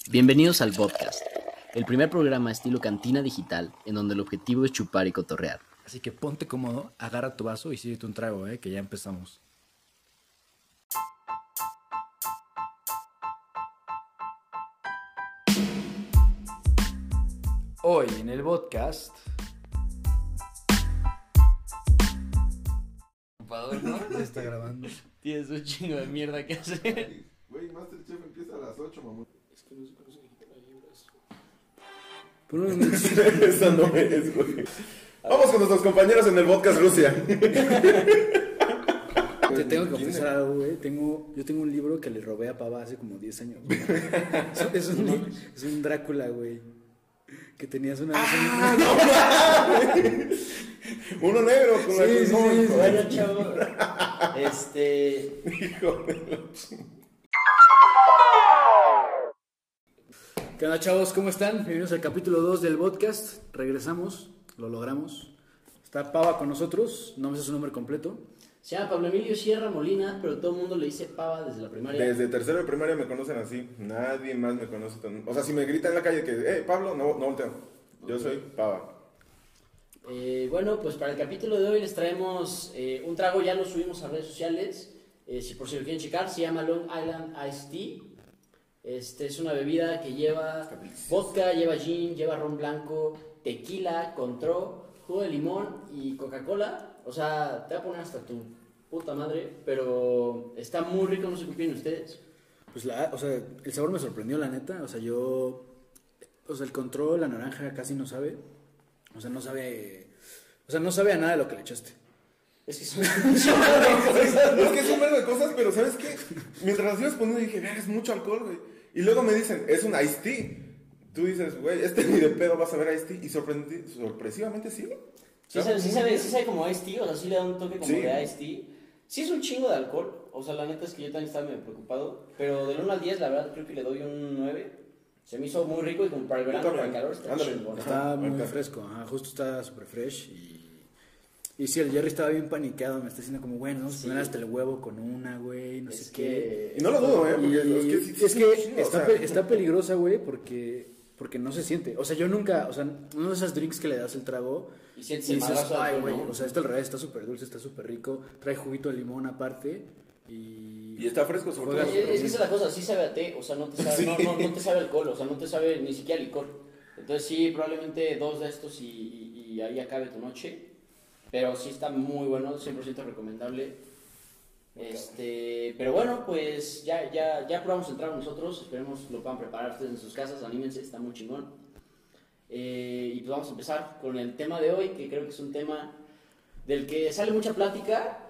Bienvenidos al podcast, el primer programa estilo cantina digital en donde el objetivo es chupar y cotorrear. Así que ponte cómodo, agarra tu vaso y sírvete un trago, que ya empezamos. Hoy en el podcast... ¿No? Ya está grabando. Tienes un chingo de mierda que hacer. Güey, Masterchef empieza a las 8, mamón. Es que no sé cómo se quita la vibra. Esa no es, güey. Vamos con nuestros compañeros en el podcast Rusia. Te tengo que confesar algo, güey. Yo tengo un libro que le robé a Pava hace como 10 años. Es un Drácula, güey. Que tenías una vez Uno negro con la cruz. Bueno, chavo. Hijo de la chingada. ¿Qué onda, chavos? ¿Cómo están? Bienvenidos al capítulo 2 del podcast. Regresamos, lo logramos. Está Pava con nosotros, no me sé su nombre completo. Se llama Pablo Emilio Sierra Molina, pero todo el mundo le dice Pava desde la primaria. Desde tercero de primaria me conocen así. Nadie más me conoce tan... O sea, si me gritan en la calle que, Pablo, no volteo. Yo soy Pava. Bueno, pues para el capítulo de hoy les traemos un trago, ya lo subimos a redes sociales. Si por si lo quieren checar, se llama Long Island Iced Tea. Es una bebida que lleva vodka, lleva gin, lleva ron blanco, tequila, control, jugo de limón y Coca-Cola. O sea, te va a poner hasta tu puta madre, pero está muy rico, no sé qué opinan ustedes. Pues el sabor me sorprendió, la neta. El control, la naranja casi no sabe. No sabe a nada de lo que le echaste. Es que son Es que es un verbo de cosas, pero ¿sabes qué? Mientras las ibas poniendo dije, es mucho alcohol, güey. Y luego me dicen, es un iced tea. Tú dices, güey, ni de pedo vas a ver iced tea. Y sorpresivamente sí. Sí sabe como Ice Tea, o sea, sí le da un toque como Sí. de Ice Tea. Sí es un chingo de alcohol, o sea, la neta es que yo también estaba medio preocupado, pero del 1 al 10, la verdad, creo que le doy un 9. Se me hizo muy rico y como para el verano, para el calor, está Ándale. chingón. Está muy ahorita. fresco, justo está súper fresh. Y sí, el Jerry estaba bien paniqueado, me está diciendo como, bueno, vamos a poner hasta el huevo con una, güey, no sé qué. Y no lo dudo, porque Está peligrosa, güey, porque no se siente. O sea, yo nunca, uno de esos drinks que le das el trago Y sientes y el dices, madrazo de ay, alcohol, güey, ¿no? o sea, esto al revés, está súper dulce, está súper rico, trae juguito de limón aparte Y está fresco, sobre Juegas- todo. Es que esa es la cosa, sí sabe a té, o sea, no te sabe, Sí. no te sabe alcohol, o sea, no te sabe ni siquiera licor. Entonces sí, probablemente 2 de estos y ahí acabe tu noche. Pero sí está muy bueno, 100% recomendable. Pero bueno, pues ya probamos el trago nosotros, esperemos lo puedan preparar ustedes en sus casas, anímense, está muy chingón. Y pues vamos a empezar con el tema de hoy, que creo que es un tema del que sale mucha plática,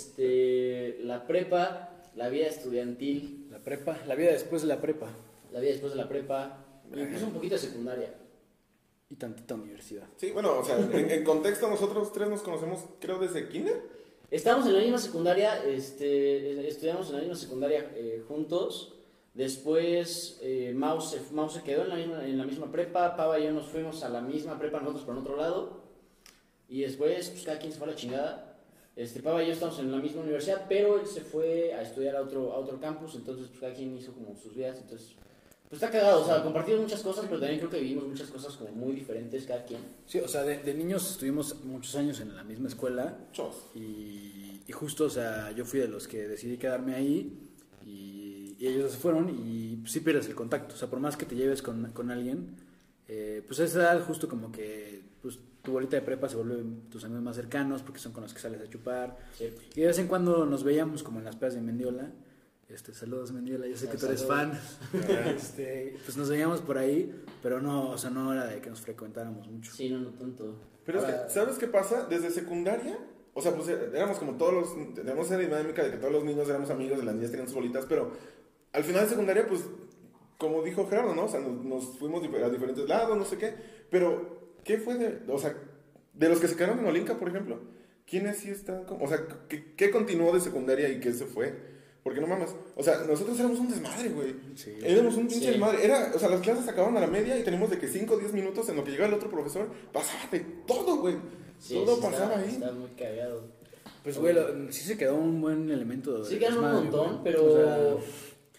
la prepa, la vida estudiantil, La prepa, la vida después de la prepa la vida después de la prepa, incluso un poquito de secundaria. y tantita universidad. Sí, bueno, o sea, en contexto nosotros tres nos conocemos, creo, desde kinder. Estamos en la misma secundaria, estudiamos en la misma secundaria juntos. Después Mau se quedó en la misma prepa, Pava y yo nos fuimos a la misma prepa, nosotros por otro lado. Y después, pues cada quien se fue a la chingada. Pava y yo estamos en la misma universidad, pero él se fue a estudiar a otro campus, entonces pues cada quien hizo como sus vidas. Entonces, pues está cagado, o sea, compartimos muchas cosas, pero también creo que vivimos muchas cosas como muy diferentes cada quien. Sí, o sea, de niños estuvimos muchos años en la misma escuela Chos. y justo, o sea, yo fui de los que decidí quedarme ahí y ellos se fueron y pues, sí pierdes el contacto. O sea, por más que te lleves con alguien, pues a esa edad justo como que pues, tu bolita de prepa se vuelven tus amigos más cercanos porque son con los que sales a chupar. Sí. Y de vez en cuando nos veíamos como en las pedas de Mendiola. Saludos Mendiola, yo sé que tú eres fan. Pues nos veíamos por ahí, pero no, o sea, no era de que nos frecuentáramos mucho. Sí, no tanto. Pero es Ahora, que, ¿sabes qué pasa? Desde secundaria, o sea, pues éramos como todos tenemos esa dinámica de que todos los niños éramos amigos, de las niñas tenían sus bolitas, pero al final de secundaria, pues, como dijo Gerardo, ¿no? O sea, nos fuimos a diferentes lados, no sé qué, pero, ¿qué fue de los que se quedaron en Olinka, por ejemplo? ¿Quiénes sí están, o sea, qué continuó de secundaria y qué se fue? Porque no mames, o sea, nosotros éramos un desmadre, güey. Sí. Éramos un pinche Sí. desmadre. O sea, las clases acababan a la media y teníamos de que 5 o 10 minutos en lo que llegaba el otro profesor. Pasaba de todo, güey. sí, todo sí pasaba ahí. Está muy cagado. Pues, güey, sí se quedó un buen elemento de Sí quedaron un desmadre, montón, güey. pero... O sea,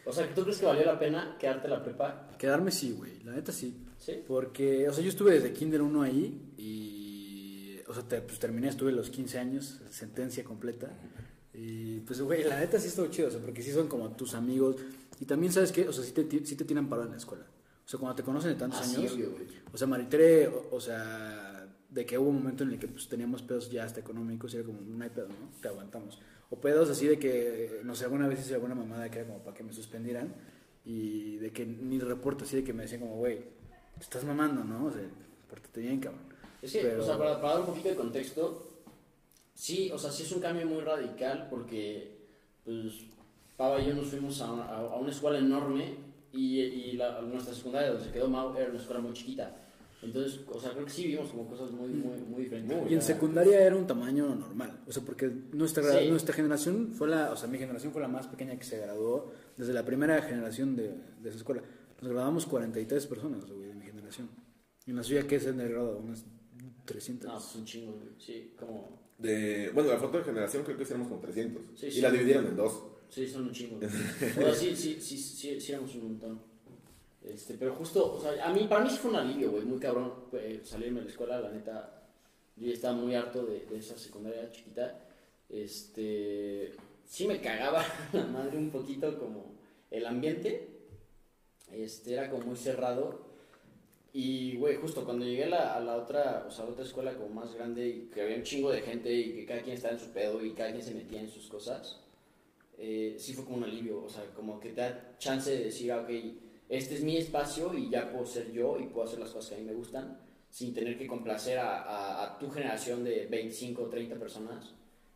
O sea, ¿tú crees que valió la pena quedarte la prepa? Quedarme sí, güey, la neta sí. ¿Sí? Porque, o sea, yo estuve desde Kinder 1 ahí y, o sea, pues terminé, estuve los 15 años, sentencia completa. Y pues, güey, la neta sí estuvo chido, o sea, porque sí son como tus amigos. Y también, ¿sabes qué? O sea, sí te tiran paro en la escuela. O sea, cuando te conocen de tantos Sí, años. obvio, güey. O sea, Maritere, o sea, de que hubo un momento en el que pues teníamos pedos ya hasta económicos y era como, no hay pedo, ¿no? Te aguantamos. O pedos así de que, no sé, alguna vez hice alguna mamada que era como para que me suspendieran y de que ni reporte, así de que me decían como, güey, estás mamando, ¿no? O sea, pórtate bien, cabrón. Es que, Pero- o sea, para dar un poquito de contexto, sí, o sea, sí es un cambio muy radical porque, pues, Pava y yo nos fuimos a una escuela enorme y nuestra secundaria donde se quedó Mau era una escuela muy chiquita. Entonces, o sea, creo que sí vimos como cosas muy diferentes. Y en secundaria era un tamaño normal, o sea, porque Sí. nuestra generación fue o sea, mi generación fue la más pequeña que se graduó desde la primera generación de esa escuela. Nos graduamos 43 personas, güey, de mi generación. Y en la suya, ¿qué es en el grado? Unas 300. No, pues un chingo, güey. Sí, como... Bueno, la foto de generación creo que éramos como 300. Sí, y sí. la dividieron en dos. Sí, son un chingo. O sea, sí éramos un montón. Pero justo, o sea, para mí sí fue un alivio, güey, muy cabrón salirme de la escuela, la neta. Yo ya estaba muy harto de esa secundaria chiquita. Sí me cagaba la madre un poquito como el ambiente. Era como muy cerrado. Y, güey, justo cuando llegué a la otra, o sea, a la otra escuela como más grande y que había un chingo de gente y que cada quien estaba en su pedo y cada quien se metía en sus cosas, sí fue como un alivio, o sea, como que te da chance de decir, ok, este es mi espacio y ya puedo ser yo y puedo hacer las cosas que a mí me gustan sin tener que complacer a tu generación de 25 o 30 personas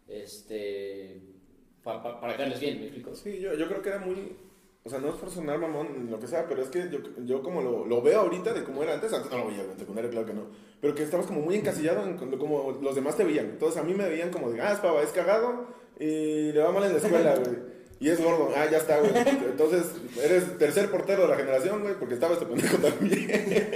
para caerles bien, ¿me explico? Sí, yo creo que era muy... O sea, no es por sonar mamón, lo que sea, pero es que yo como lo veo ahorita de cómo era antes no lo veía en secundaria, claro que no. Pero que estabas como muy encasillado en como los demás te veían. Entonces a mí me veían como de, es pava, es cagado y le va mal en la escuela, güey. Y es gordo, ya está, güey. Entonces eres tercer portero de la generación, güey, porque estaba este pendejo también.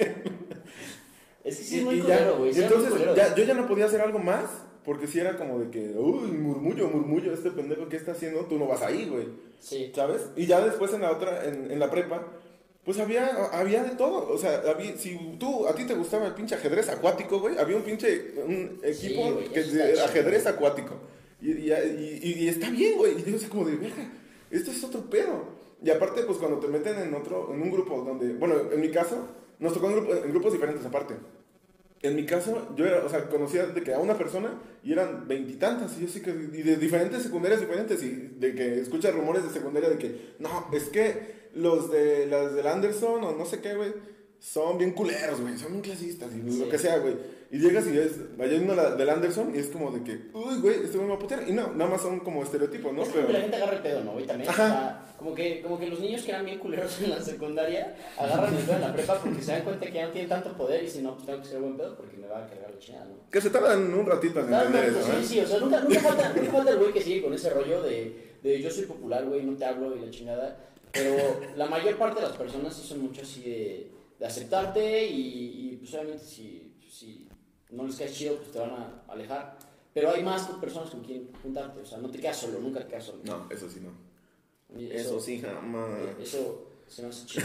Es que sí es muy culero, güey. Sí, entonces muy culero. yo ya no podía hacer algo más, porque si era como de que, uy, murmullo, este pendejo, ¿qué está haciendo? Tú no vas ahí, güey. Sí. ¿Sabes? Y ya después en la otra, en la prepa, pues había de todo. O sea, si a ti te gustaba el pinche ajedrez acuático, güey, había un equipo güey, que eso está de chido. ajedrez acuático. Y está bien, güey. Y yo así como de, verga, esto es otro pedo. Y aparte, pues cuando te meten en un grupo donde, bueno, en mi caso, nos tocó en grupos diferentes aparte. En mi caso, yo era, o sea, conocía de que a una persona y eran veintitantas, y yo sí que, y de diferentes secundarias diferentes, y de que escuchas rumores de secundaria de que, no, es que las del Anderson o no sé qué, güey, son bien culeros, güey, son bien clasistas, y Sí. lo que sea, güey. Y llegas y hay uno del Anderson, y es como de que, uy, güey, este güey me va a putear. Y no, nada más son como estereotipos, ¿no? Es como que la gente agarra el pedo, ¿no, güey? También. Ajá. O sea, como que los niños que eran bien culeros en la secundaria agarran el pedo en la prepa porque se dan cuenta que ya no tienen tanto poder y si no, pues tengo que ser buen pedo porque me va a cargar la chingada, ¿no? Que se tardan un ratito en Claro, entender no, eso, ¿eh? sí, o sea, nunca falta el güey que sigue con ese rollo de yo soy popular, güey, no te hablo y la chingada. Pero la mayor parte de las personas sí son mucho así de aceptarte y pues obviamente si no les caes chido, pues te van a alejar. Pero hay más personas con quien juntarte, o sea, no te quedas solo, nunca te quedas solo. No, eso sí no. Y Eso sí, jamás. Eso se me hace chido.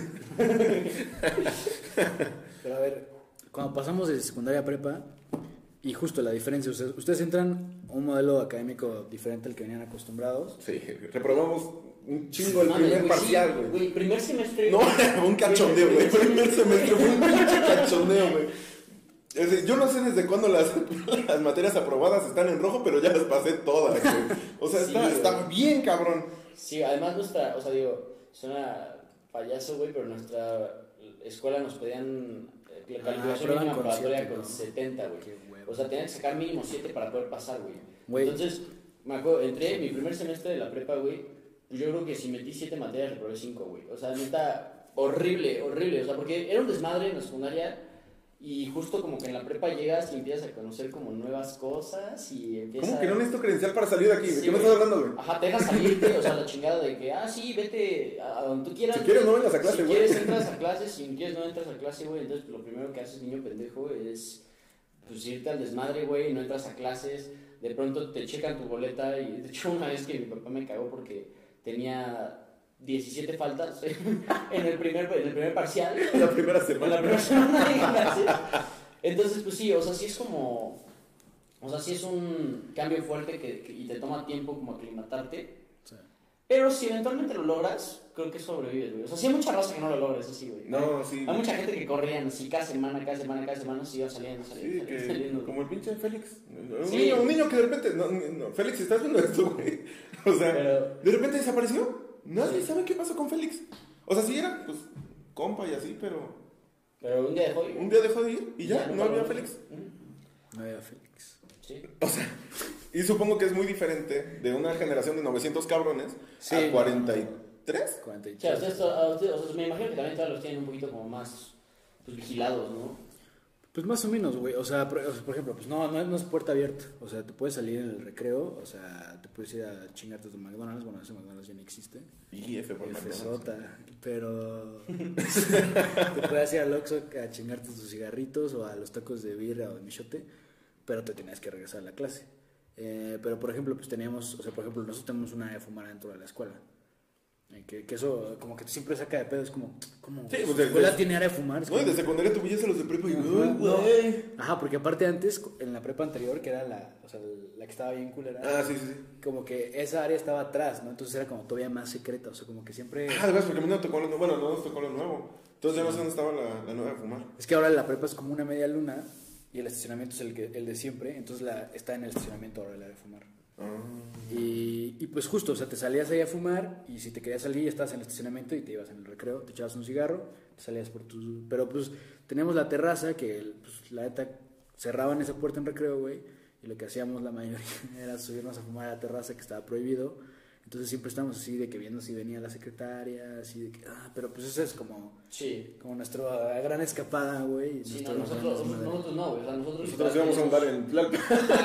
Pero a ver, cuando pasamos de secundaria a prepa, y justo la diferencia, ustedes entran a un modelo académico diferente al que venían acostumbrados. Sí, reprobamos un chingo el Mames, primer güey, parcial, sí, güey. primer semestre. No, un cachondeo, güey. Primer semestre fue un pinche cachondeo, güey. Es decir, yo no sé desde cuándo las materias aprobadas están en rojo, pero ya las pasé todas, güey. O sea, Sí, está bien, cabrón. Sí, además nuestra, o sea, digo, suena payaso, güey, pero nuestra escuela nos pedían la calificación prueban mínima con preparatoria 7, con ¿no? 70, güey. Qué huevo. O sea, tenían que sacar mínimo 7 para poder pasar, güey. Güey. Entonces, me acuerdo, entré mi primer semestre de la prepa, güey, pues yo creo que si metí 7 materias, reprobé 5, güey. O sea, neta, horrible. O sea, porque era un desmadre en la secundaria y justo como que en la prepa llegas y empiezas a conocer como nuevas cosas y empiezas... ¿Cómo que no necesito credencial para salir de aquí? ¿De Sí, qué me güey. estás hablando, güey? Ajá, te dejas salirte, o sea, la chingada de que, sí, vete a donde tú quieras. Si quieres, no vengas a clase, si güey. quieres, entras a clase, si quieres, no entras a clase, güey. Entonces, pues, lo primero que haces, niño pendejo, es, pues, irte al desmadre, güey, no entras a clases. De pronto te checan tu boleta y, de hecho, una vez que mi papá me cagó porque tenía 17 faltas en el primer parcial. La primera En semana. la primera semana de clases. Entonces, pues sí, o sea, sí es como... O sea, sí es un cambio fuerte y te toma tiempo como aclimatarte. Sí. Pero si eventualmente lo logras, creo que sobrevives, güey. O sea, sí hay mucha raza que no lo logra, eso sí, güey. No, sí. Hay mucha gente que corrían así cada semana, sí iban saliendo. Sí, que, saliendo. como el pinche Félix. Sí. Un niño que de repente. No, Félix, si estás viendo esto, güey. O sea, Pero- de repente desapareció. Nadie Sí. sabe qué pasó con Félix. O sea, sí era, pues, compa y así, pero. Pero un día dejó ir. Un día dejó de ir y ya, no había lo- Félix. No había Félix. Sí. O sea, y supongo que es muy diferente de una generación de 900 cabrones Sí, a no, 43. 43. O sea, ustedes, o sea, me imagino que también todos los tienen un poquito como más pues, vigilados, ¿no? Pues más o menos, güey. O sea, por ejemplo, pues no es puerta abierta. O sea, te puedes salir en el recreo. O sea, te puedes ir a chingarte tu McDonald's. Bueno, ese McDonald's ya no existe. Y F por McDonald's. Sota. Pero te puedes ir al Oxxo a chingarte tus cigarritos o a los tacos de birra o de michote. Pero te tenías que regresar a la clase. Pero, por ejemplo, pues teníamos... O sea, por ejemplo, nosotros tenemos una de fumar dentro de la escuela. Que eso como que siempre saca de pedo. Es como Sí, ¿su pues, escuela tiene área de fumar? Es No, y como- de secundaria tú veías a los de prepa y Ajá, "Ay, güey". Ajá, porque aparte antes, en la prepa anterior, que era o sea, la que estaba bien culera, Ah, sí, sí, sí. como que esa área estaba atrás, ¿no? Entonces era como todavía más secreta, o sea, como que siempre... Ah, de verdad, porque a mí no tocó lo nuevo. Bueno, no nos tocó lo nuevo. Entonces ya no sé dónde estaba la nueva de fumar. Es que ahora la prepa es como una media luna y el estacionamiento es el de siempre, entonces está en el estacionamiento ahora el área de fumar. Ah. Y pues justo, o sea, te salías ahí a fumar y si te querías salir ya estabas en el estacionamiento y te ibas en el recreo, te echabas un cigarro, te salías por tu... Pero pues teníamos la terraza que, pues, la neta, cerraban esa puerta en recreo, güey, y lo que hacíamos la mayoría era subirnos a fumar a la terraza que estaba prohibido. Entonces siempre estábamos así de que viendo si venía la secretaria, así de que... pero pues esa es como Sí. nuestra gran escapada, güey. Sí, nuestro no, gran nosotros desmadre. no, güey. O sea, Nosotros íbamos a un bar en Tlalpan.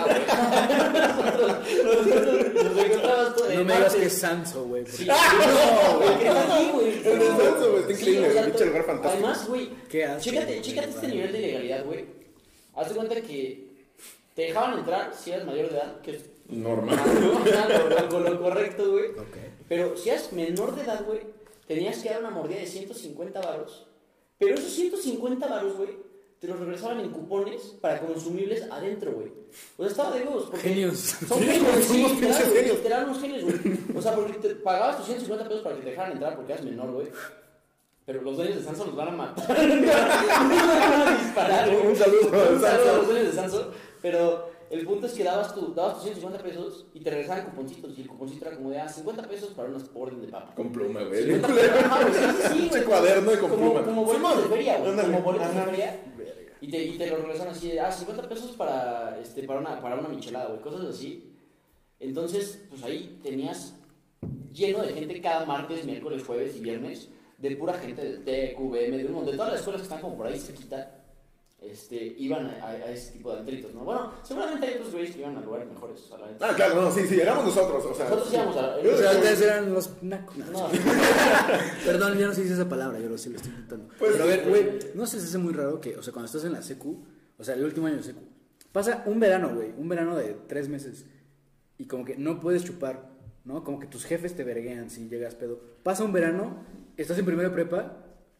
Nos encontrabas todo No me digas que es Sanso, güey. porque- Sí, no, güey, que está aquí, güey. El descanso, güey, está increíble, o sea, pinche lugar fantástico. Además, güey, Qué asco, chécate güey, este vale. nivel de ilegalidad, güey. Haz de cuenta que te dejaban entrar si eras mayor de edad, que es Normal. lo correcto, güey. Ok. Pero si eras menor de edad, güey, tenías que dar una mordida de 150 varos. Pero esos 150 varos, güey, te los regresaban en cupones para consumibles adentro, güey. O sea, estaba de huevos. porque Genios. Son Sí, genios, sí, somos pinches literal, güey, genios. literal unos genios, güey. O sea, porque te pagabas tus 150 pesos para que te dejaran entrar porque eras menor, güey. Pero los dueños de Sanso los van a matar. Nos van a disparar, güey. Un saludo a Un saludo a Sanso. los dueños de Sanso. Pero el punto es que dabas tus 150 pesos y te regresaban cuponcitos. Y el cuponcito era como de 50 pesos para una orden de papa. Con pluma, güey. 50 pesos, ajá, güey, sí, Pinche güey. cuaderno y con como, pluma. como boletos de feria, güey. Ándale. Como boletos de Ajá. feria. Y te lo regresan así de, 50 pesos para una michelada, güey, cosas así. Entonces, pues ahí tenías lleno de gente cada martes, miércoles, jueves y viernes, de pura gente del TEC, VM, de todas las escuelas que están como por ahí cerquita, iban a ese tipo de antritos, ¿no? Bueno, seguramente hay otros güeyes que iban a lugares mejores, o sea, la neta. Ah, claro, no, sí, éramos nosotros, o sea. Nosotros íbamos a... O sea, ustedes eran los nacos. No, Perdón, ya no se dice esa palabra, yo sí lo estoy intentando. Pues Pero a ver, sí, güey, ¿no se hace muy raro que, o sea, cuando estás en la secu, o sea, el último año de secu, pasa un verano, güey, un verano de 3 meses, y como que no puedes chupar, ¿no? Como que tus jefes te verguean si llegas pedo. Pasa un verano, estás en primero de prepa,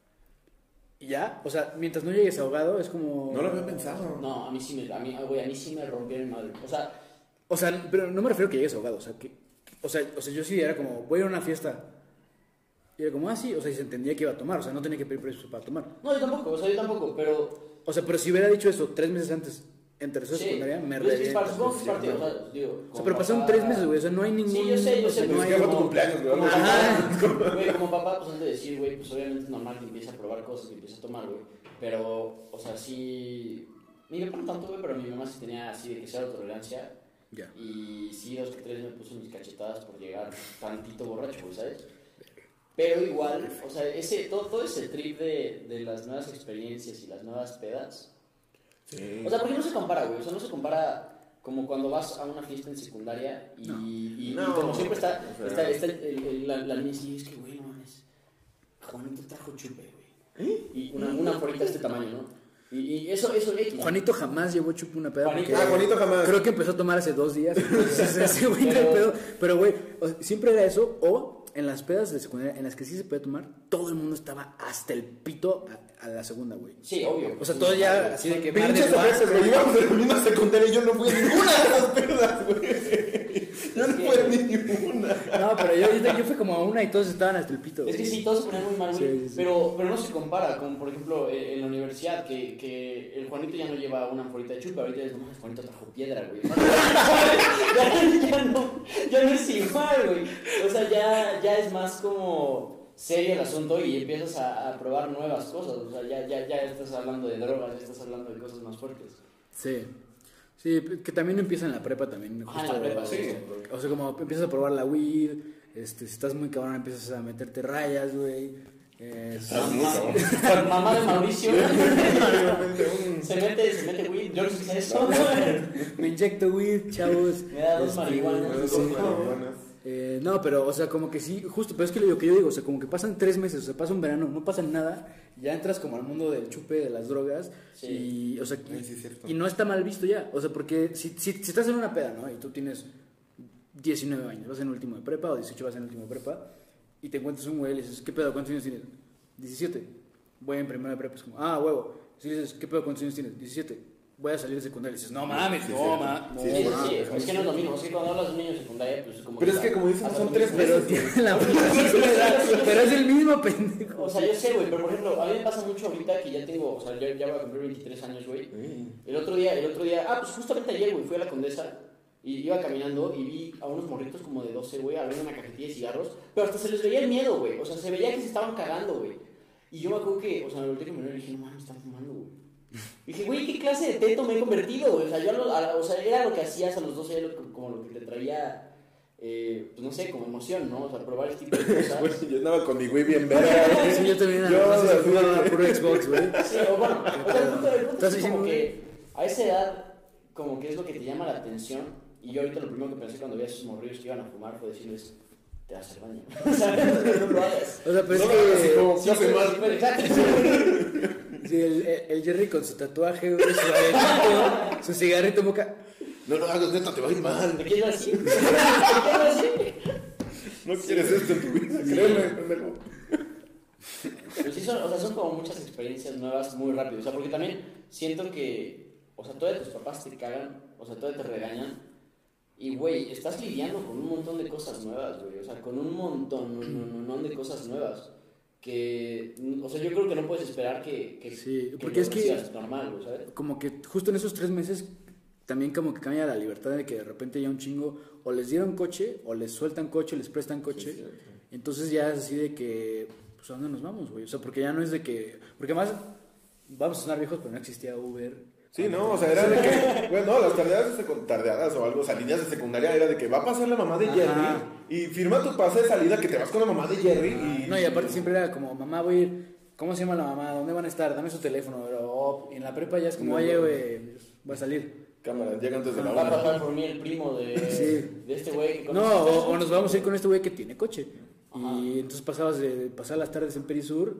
y ya, o sea, mientras no llegues ahogado, es como... No lo había pensado. no, a mí sí me rompieron madre. O sea, pero no me refiero a que llegues ahogado, o sea, o sea, yo sí era como, voy a ir a una fiesta. Y era como, sí, o sea, y se entendía que iba a tomar, o sea, no tenía que pedir permiso para tomar. No, yo tampoco, pero... O sea, pero si hubiera dicho eso 3 meses antes, en tercera Sí, secundaria, me pero es que revienta. supongo que es parte, o sea, digo... O sea, como pero pasaron papá- 3 meses, güey, o sea, no hay ningún... Sí, yo sé, o sea, pero no es hay que fue tu como- cumpleaños, güey. Como, Ajá. güey, como papá, pues antes de decir, güey, pues obviamente es normal que empiece a probar cosas, que empiece a tomar, güey. Pero, o sea, sí... Ni de por tanto, güey, pero mi mamá sí tenía así de que cero tolerancia. Ya. Y sí, 2 que 3 me puso mis cachetadas por llegar tantito borracho, güey, ¿sabes? Pero igual, o sea, todo ese trip de las nuevas experiencias y las nuevas pedas. Sí. O sea, porque no se compara, güey. O sea, no se compara como cuando vas a una fiesta en secundaria y No. como siempre está O sea. la niña así, es que, güey, no mames. Juanito trajo chupe, güey. Y una forita de este tamaño, ¿no? Y eso X. Juanito jamás llevó chupo una peda. Juanito- porque Juanito jamás. Creo que empezó a tomar hace 2 días. Entonces, ese güey no hay Pero- pedo. Pero, güey, o sea, siempre era eso. O en las pedas de secundaria, en las que sí se podía tomar, todo el mundo estaba hasta el pito a la segunda, güey. Sí, obvio. O sea, todo ya así de que... Pinches veces, güey, íbamos de camino a secundaria y yo no fui a ninguna de esas pedas, güey. Yo no fui a ninguna. No, pero yo fui como a una y todos estaban hasta el pito. Es que güey. sí, todos se ponían muy mal, güey. Sí. Pero no se compara con, por ejemplo, en la universidad, que el Juanito ya no lleva una anforita de chupa, ahorita es como, el Juanito trajo piedra, güey. ya no es igual, güey. O sea, ya es más como serio el asunto y empiezas a probar nuevas cosas. O sea, ya estás hablando de drogas, ya estás hablando de cosas más fuertes. Sí. Sí, que también empieza en la prepa también. Ah, en la prepa, sí. O sea, como empiezas a probar la weed, si estás muy cabrón empiezas a meterte rayas, güey. Mamá de Mauricio se mete weed, yo no sé qué es eso. Me inyecto weed, chavos. Me da dos marihuanas. No, pero, o sea, como que sí, justo, pero es que lo que yo digo, o sea, como que pasan 3 meses, o sea, pasa un verano, no pasa nada, ya entras como al mundo del chupe, de las drogas, sí. Y, o sea, Sí, y no está mal visto ya, o sea, porque si estás en una peda, ¿no? Y tú tienes 19 años, vas en último de prepa, o 18 vas en último de prepa, y te encuentras un güey y le dices, ¿qué pedo? ¿Cuántos años tienes? 17. Voy en primera de prepa, es como, ah, huevo. Si le dices, ¿qué pedo? ¿Cuántos años tienes? 17. Voy a salir de secundaria y dices, no mames, Sí, es que no es lo mismo, es que cuando hablas de un niño de secundaria, pues como... Pero es que como dices, son 3 pero meses. tiene la pero es el mismo pendejo. O sea, yo sé, güey, pero por ejemplo, a mí me pasa mucho ahorita que ya tengo, o sea, ya voy a cumplir 23 años, güey. El otro día, pues justamente ayer, güey, fui a la Condesa y iba caminando y vi a unos morritos como de 12, güey, abriendo una cajetilla de cigarros, pero hasta se les veía el miedo, güey, o sea, se veía que se estaban cagando, güey. Y yo me acuerdo que, o sea, me volteé con mi novio y dije, no mames, están fumando, güey. Y dije, güey, ¿qué clase de teto me he convertido, güey? O sea, o sea, era lo que hacías a los 12, era como lo que te traía... pues no sé, como emoción, ¿no? O sea, probar este tipo de cosas. Bueno, yo andaba con mi güey bien verga. Sí, yo también jugaba puro Xbox, güey. Sí, o bueno, o sea, el punto es como que a esa edad, como que es lo que te llama la atención. Y yo ahorita lo primero que pensé cuando vi a esos morrillos que iban a fumar fue decirles, te vas al baño. O sea, no lo hagas. O sea, pero No, es que... como, ¿qué hace mal? Exacto. Sí, el Jerry con su tatuaje, güey, su cigarrito en boca. No lo hagas, neta, te va a ir mal. ¿Me quieres así? ¿Me quieres así? No quieres esto en tu vida, créeme, pendejo. Pero sí son como muchas experiencias nuevas muy rápido. O sea, porque también siento que, o sea, todavía tus papás te cagan, o sea, todavía te regañan. Y, güey, estás lidiando con un montón de cosas nuevas, güey. O sea, con un montón de cosas nuevas. Que, o sea, yo creo que no puedes esperar que Sí, que porque lo es que... recibas normal, güey, ¿sabes? Como que justo en esos 3 meses también como que cambia la libertad de que de repente ya un chingo o les dieron coche o les sueltan coche, les prestan coche. Sí, Entonces ya es así de que, pues ¿a dónde nos vamos, güey? O sea, porque ya no es de que... Porque además, vamos a sonar viejos, pero no existía Uber. Sí, no, o sea, era de que, bueno, las tardeadas o algo, salidas de secundaria era de que va a pasar la mamá de Jerry y firma tu pase de salida que te vas con la mamá de Jerry y... No, y aparte siempre era como, mamá, voy a ir, ¿cómo se llama la mamá? ¿Dónde van a estar? Dame su teléfono. Y en la prepa ya es como, oye, güey, voy a salir. Cámara, llega antes de la Va a hora. pasar por mí el primo de este güey que No, conoces. o nos vamos a ir con este güey que tiene coche. Ajá. Y entonces pasabas de pasar las tardes en Perisur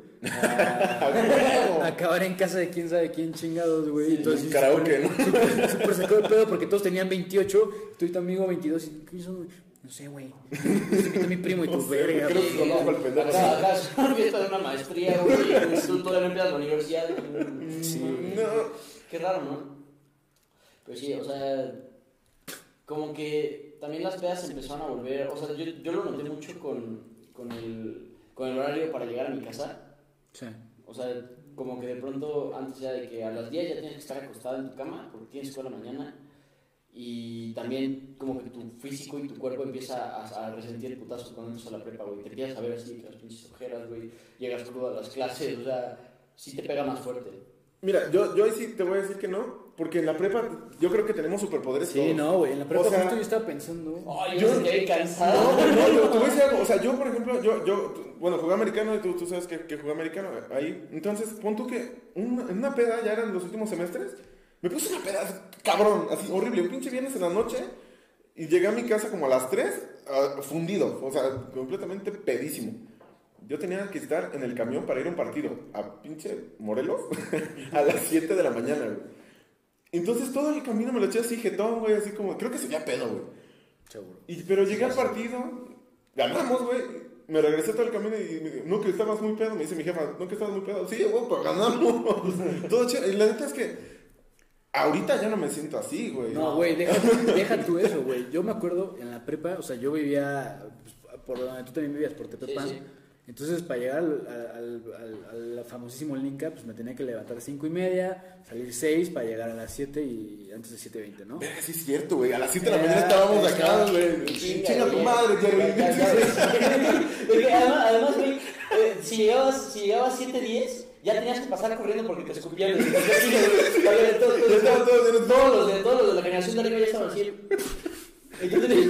a acabar en casa de quién sabe quién chingados, güey. Sí, Entonces, karaoke, ¿no? Súper sacado de pedo porque todos tenían 28, tú y tu amigo 22. ¿Y qué son? No sé, güey. Te invito a mi primo y tu verga, creo güey. que conozco al pendejo. Acá es una fiesta de una maestría, güey, en el instituto de la universidad. Sí. No. Qué raro, ¿no? Pero sí, o sea, como que también las pedas empezaron a volver, o sea, yo lo noté mucho con el horario para llegar a mi casa. Sí. O sea, como que de pronto, antes ya de que a las 10 ya tienes que estar acostado en tu cama porque tienes escuela mañana. Y también como que tu físico y tu cuerpo empieza a resentir putazos cuando entras a la prepa, güey. Te empiezas a ver así, que las pinches ojeras, güey. Llegas crudo a las clases, o sea, sí te pega más fuerte. Mira, yo ahí sí te voy a decir que no, porque en la prepa yo creo que tenemos superpoderes Sí, todos. no, güey. En la prepa O sea, justo yo estaba pensando. Ay, yo me sentía cansado. No, yo te voy a decir algo. O sea, yo, por ejemplo, bueno, jugué americano y tú sabes que jugué americano ahí. Entonces, pon tú que en una peda, ya eran los últimos semestres, me puse una peda cabrón, así horrible. Un pinche viernes en la noche y llegué a mi casa como a las 3, fundido, o sea, completamente pedísimo. Yo tenía que estar en el camión para ir a un partido a pinche Morelos a las 7 de la mañana, güey. Entonces todo el camino me lo eché así, jetón, güey, así como, creo que sería pedo, güey. Seguro. Pero llegué al partido, ganamos, güey, me regresé todo el camino y me dijo, no, que estabas muy pedo. Me dice mi jefa, no, que estabas muy pedo. Sí, güey, pero ganamos. Todo chido. Y la neta es que ahorita ya no me siento así, güey. No, güey, deja tú eso, güey. Yo me acuerdo en la prepa, o sea, yo vivía pues, por donde tú también vivías, por Tepepan. Sí. Entonces, para llegar al famosísimo Linca, pues me tenía que levantar 5:30, salir 6 para llegar a las 7 y antes de 7:20, ¿no? Verga, sí es cierto, güey. A las 7 de la mañana estábamos acá, güey. Chinga tu madre, Jerry. Además, güey, si llegabas 7:10, ya tenías que pasar corriendo porque te escupían. Todos los de la generación de arriba ya estaban así. Entonces,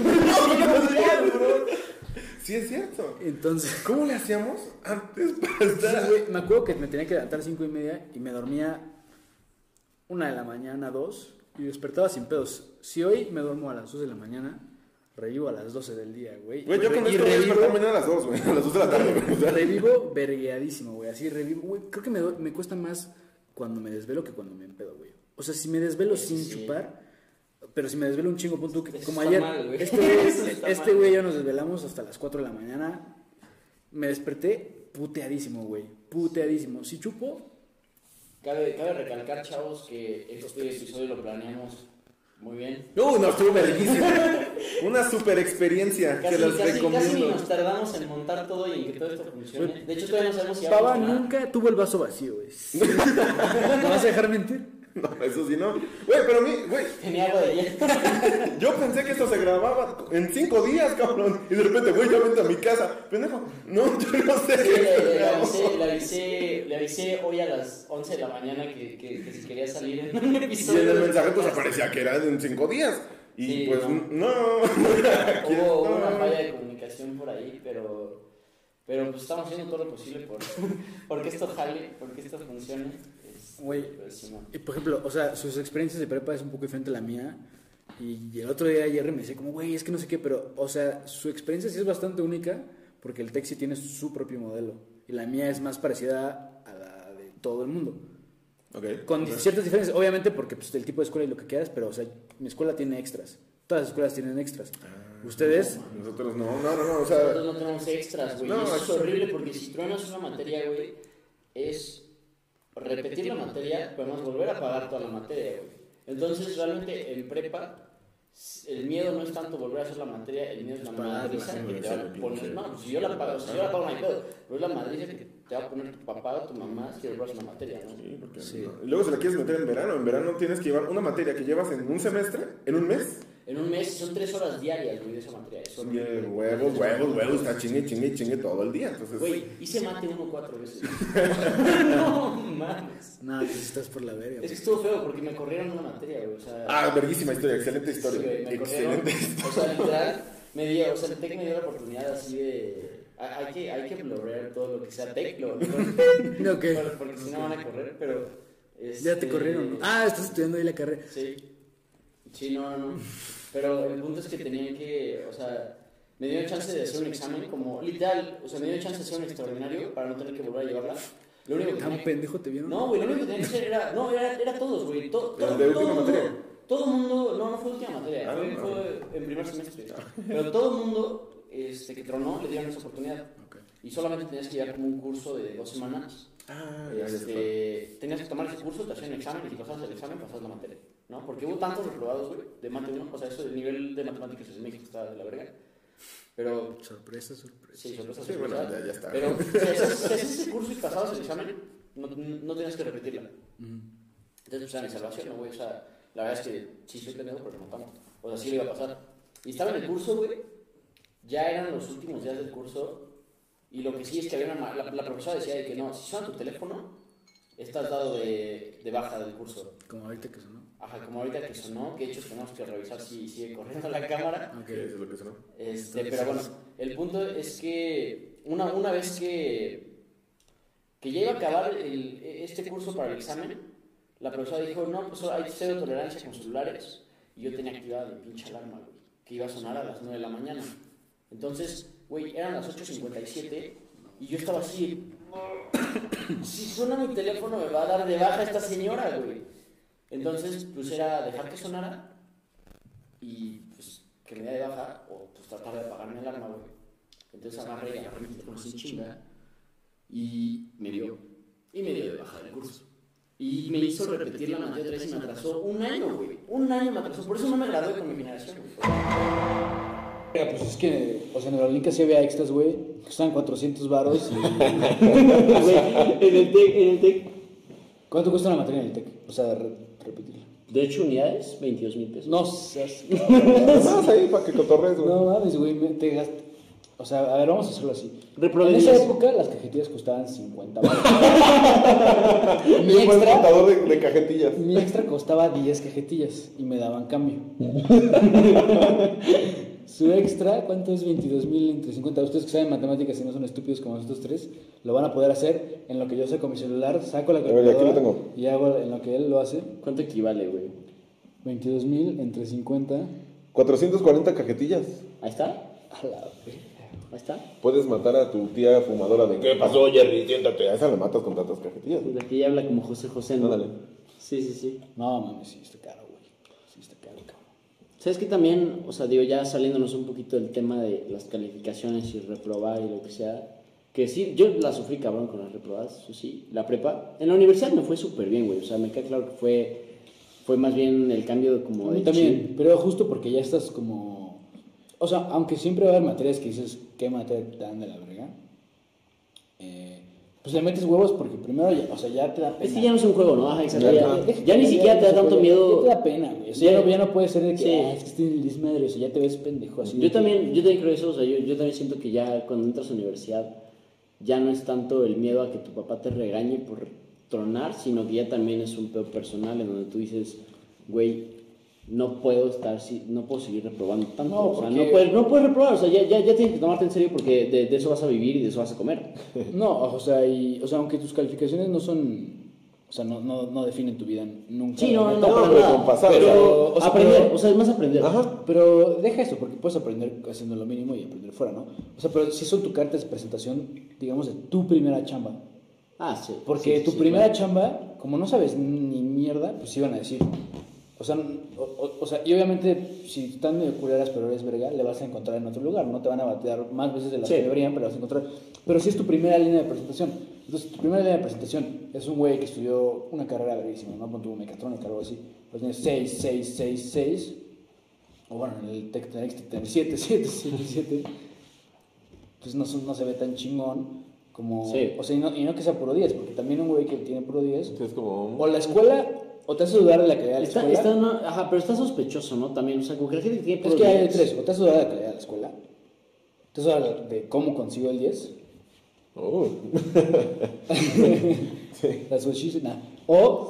Sí es cierto. Entonces, ¿Cómo le hacíamos antes para estar? güey, me acuerdo que me tenía que levantar 5:30 y me dormía 1 de la mañana, 2, y despertaba sin pedos. Si hoy me duermo a las 2 de la mañana, revivo a las 12 del día, güey. Güey, yo con esto voy a despertar mañana a las 2, güey. A las 2 de la tarde, güey. O sea, Revivo vergueadísimo, güey. Así revivo, güey. Creo que me cuesta más cuando me desvelo que cuando me empedo, güey. O sea, si me desvelo sin chupar, pero si me desvelo un chingo, punto, como está ayer. mal, güey. Este güey y yo nos desvelamos hasta las 4 de la mañana. Me desperté puteadísimo, güey. Puteadísimo. Si chupo, Cabe recalcar, chavos, que este episodio lo planeamos muy bien. no, estuvo verguísimo. Una super experiencia. Casi, Se las casi recomiendo. nos tardamos en montar todo y en que todo esto funcione. De hecho, todavía no sabemos si va a Pava funcionar. nunca tuvo el vaso vacío, güey. ¿Me vas a dejar mentir? No, eso sí no. Güey, pero güey, Tenía algo de hielo. yo pensé que esto se grababa en 5 días, cabrón. Y de repente, güey, yo vente a mi casa. Pendejo, no, yo no sé. Le avisé hoy a las 11 de la mañana que si quería salir en un Y episodio. en el mensaje pues aparecía que era en 5 días. Y Sí, pues no. Hubo una No. falla de comunicación por ahí, pero pues estamos haciendo todo lo posible porque esto jale, porque esto funcione. Güey, Sí, no. y por ejemplo, o sea, sus experiencias de prepa es un poco diferente a la mía. Y el otro día Jerry me decía como, güey, es que no sé qué, pero, o sea, su experiencia sí es bastante única porque el Tec sí tiene su propio modelo. Y la mía es más parecida a la de todo el mundo. Ok. Con ciertas diferencias, obviamente porque pues, el tipo de escuela y lo que quieras, pero, o sea, mi escuela tiene extras. Todas las escuelas tienen extras. Ustedes... Nosotros no, o sea. Nosotros no tenemos extras, güey. No, y eso es es horrible porque si truenas una materia, güey, es repetir la materia, pero no es volver a pagar toda la materia, güey. Entonces, realmente en prepa, el miedo no es tanto volver a hacer la materia, el miedo es la madriza que te va a poner. No, pues si yo la pago, no hay pedo, pero es la madriza que te va a poner tu papá o tu mamá si volver a hacer una materia, ¿no? Sí, porque Sí. no. Y luego se la quieres meter en verano. En verano tienes que llevar una materia que llevas en un semestre, en un mes. En un mes son 3 horas diarias, güey, de esa materia. Es Y horrible. huevos, está chingue todo el día. Entonces, Güey, hice mate 4 veces. No mames. No, pues estás por la verga. Es que estuvo feo porque me corrieron una materia, güey. O sea, verguísima historia, excelente historia. sí, güey, me corrieron. Excelente historia. O sea, literal, o sea, el Tec me dio la oportunidad así de. Hay que blurrear todo lo que sea Tec, Ok. porque si no van a correr, pero. Ya te corrieron, ¿no? Ah, estás estudiando ahí la carrera. Sí, no. Pero el punto es que tenían que, o sea, me dieron chance de hacer un examen como literal, o sea, me dieron chance de hacer un extraordinario para no tener que volver a llevarla. Lo único que ¿Tan tenía pendejo te vieron? No, güey, lo único que tenía que hacer era todos, güey. ¿El de última materia? Todo el mundo, no fue última materia, fue en primer semestre. Pero todo el mundo que tronó le dieron esa oportunidad. Ok. Y solamente tenías que llevar como un curso de 2 semanas. Tenías que tomar ese curso, te hacían un examen y si pasabas el examen, pasabas la materia, ¿no? Porque hubo tantos reprobados, güey, de mate 1, o sea, eso del nivel de matemáticas en México está de la verga. Pero, Sorpresa. sí, sorpresa, Sí, bueno, sorpresa. ya está. Pero, si haces ese curso y pasabas el examen, no tenías que repetirla. Entonces, pues, era mi salvación, ¿no, güey? O sea, la verdad es que sí soy pendejo, pero no tanto. O sea, sí le iba a pasar. Y estaba en el curso, güey, ya eran los últimos días del curso. Y lo que sí es que había la profesora decía de que no, si suena tu teléfono, estás dado de baja del curso. Como ahorita que sonó. Ajá, como ahorita que sonó, que de hecho tenemos que revisar si sigue corriendo la cámara. Ok. Eso es lo que sonó. Pero bueno, el punto es que una vez que ya iba a acabar este curso para el examen, la profesora dijo, no, pues hay cero tolerancia con celulares. Y yo tenía activada mi pinche alarma, güey, que iba a sonar a las 9 de la mañana. Entonces, güey, eran las 8:57 y yo estaba así, si suena mi teléfono me va a dar de baja esta señora, güey. Entonces, pues era dejar que sonara y pues que me dé de baja o pues tratar de apagar mi alarma, güey. Entonces agarré y agarré mi teléfono sin chinga y me dio. Y me dio de bajar el curso. Y me hizo repetir la materia otra vez y me atrasó un año, güey. Un año me atrasó. Por eso no me gradué con mi generación, güey. Pues es que, o sea, en la Olinca sí había extras, güey. Costaban 400 varos y... Güey, en el TEC. ¿Cuánto cuesta una materia en el TEC? O sea, repetirla. De hecho, unidades, 22,000 pesos. No seas... Más ahí para que cotorres, güey. No mames, güey, te gastas... O sea, a ver, vamos a hacerlo así. Reprobé En esa 10. época las cajetillas costaban 50 varos. Mi buen contador de cajetillas. Mi extra costaba 10 cajetillas y me daban cambio. Su extra, ¿cuánto es 22,000 entre 50? Ustedes que saben matemáticas y no son estúpidos como nosotros tres, lo van a poder hacer en lo que yo saco mi celular, saco la ver, aquí calculadora lo tengo. y hago en lo que él lo hace. ¿Cuánto equivale, güey? 22,000 entre 50. 440 cajetillas. Ahí está. A la verga. Ahí está. Puedes matar a tu tía fumadora de ¿qué pasó, Jerry? Siéntate. A esa la matas con tantas cajetillas. La que ya habla como José José, ¿no? Ándale. Sí, sí, sí. No mames, sí está caro, güey. Sí está caro, cabrón. ¿Sabes qué también? O sea, digo, ya saliéndonos un poquito del tema de las calificaciones y reprobar y lo que sea. Que sí, yo la sufrí cabrón con las reprobadas, eso sí. La prepa. En la universidad me fue súper bien, güey. O sea, me queda claro que fue más bien el cambio de como A mí de también, chip. pero justo porque ya estás como... O sea, aunque siempre va a haber materias que dices, ¿qué materia te dan de la verga? Pues le metes huevos porque primero, ya, o sea, ya te da pena. Es que ya no es un juego, ¿no? Ajá, exacto. Ya, Ya ni siquiera te da tanto miedo. Ya te da pena, güey. O sea, Sí. ya no puede ser de que, Sí. es que estoy en el desmadre, o sea, ya te ves pendejo así. Yo también creo eso, o sea, yo también siento que ya cuando entras a la universidad ya no es tanto el miedo a que tu papá te regañe por tronar, sino que ya también es un pedo personal en donde tú dices, güey, no puedo seguir reprobando tanto, No, o sea, porque- no puedes reprobar, o sea, ya tienes que tomarte en serio porque de eso vas a vivir y de eso vas a comer. No, o sea, aunque tus calificaciones no son... O sea, no definen tu vida nunca. Sí, no, la no, neta, para pero nada. con pasar, Pero o sea, aprender, pero- o sea, es más aprender. Ajá. Pero deja eso, porque puedes aprender haciendo lo mínimo y aprender fuera, ¿no? O sea, pero si son tu carta de presentación, digamos, de tu primera chamba. Ah, sí. Porque sí, tu sí, primera claro. chamba, como no sabes ni mierda, pues iban a decir. O sea, y obviamente, si están medio culeras, pero eres verga, le vas a encontrar en otro lugar. No te van a batear más veces de las Sí. que deberían, pero vas a encontrar. Pero si es tu primera línea de presentación. Entonces, tu primera línea de presentación es un güey que estudió una carrera verguísima, ¿no? Pon tu mecatrónica o algo así. Pues tienes 6, 6, 6, 6. O bueno, en el Tec tenés que tener 7, 7, 7, 7. Pues no se ve tan chingón como... Sí. O sea, y no que sea puro 10, porque también un güey que tiene puro 10... Es como... O la escuela, o te hace dudar de la calidad de la escuela. Ajá, pero está sospechoso, ¿no? También, o sea, como que la gente que tiene Es puro que hay 10. tres, o te hace dudar de la calidad de la escuela. Te hace dudar de cómo consiguió el 10. Oh. That's what she said, nah. O,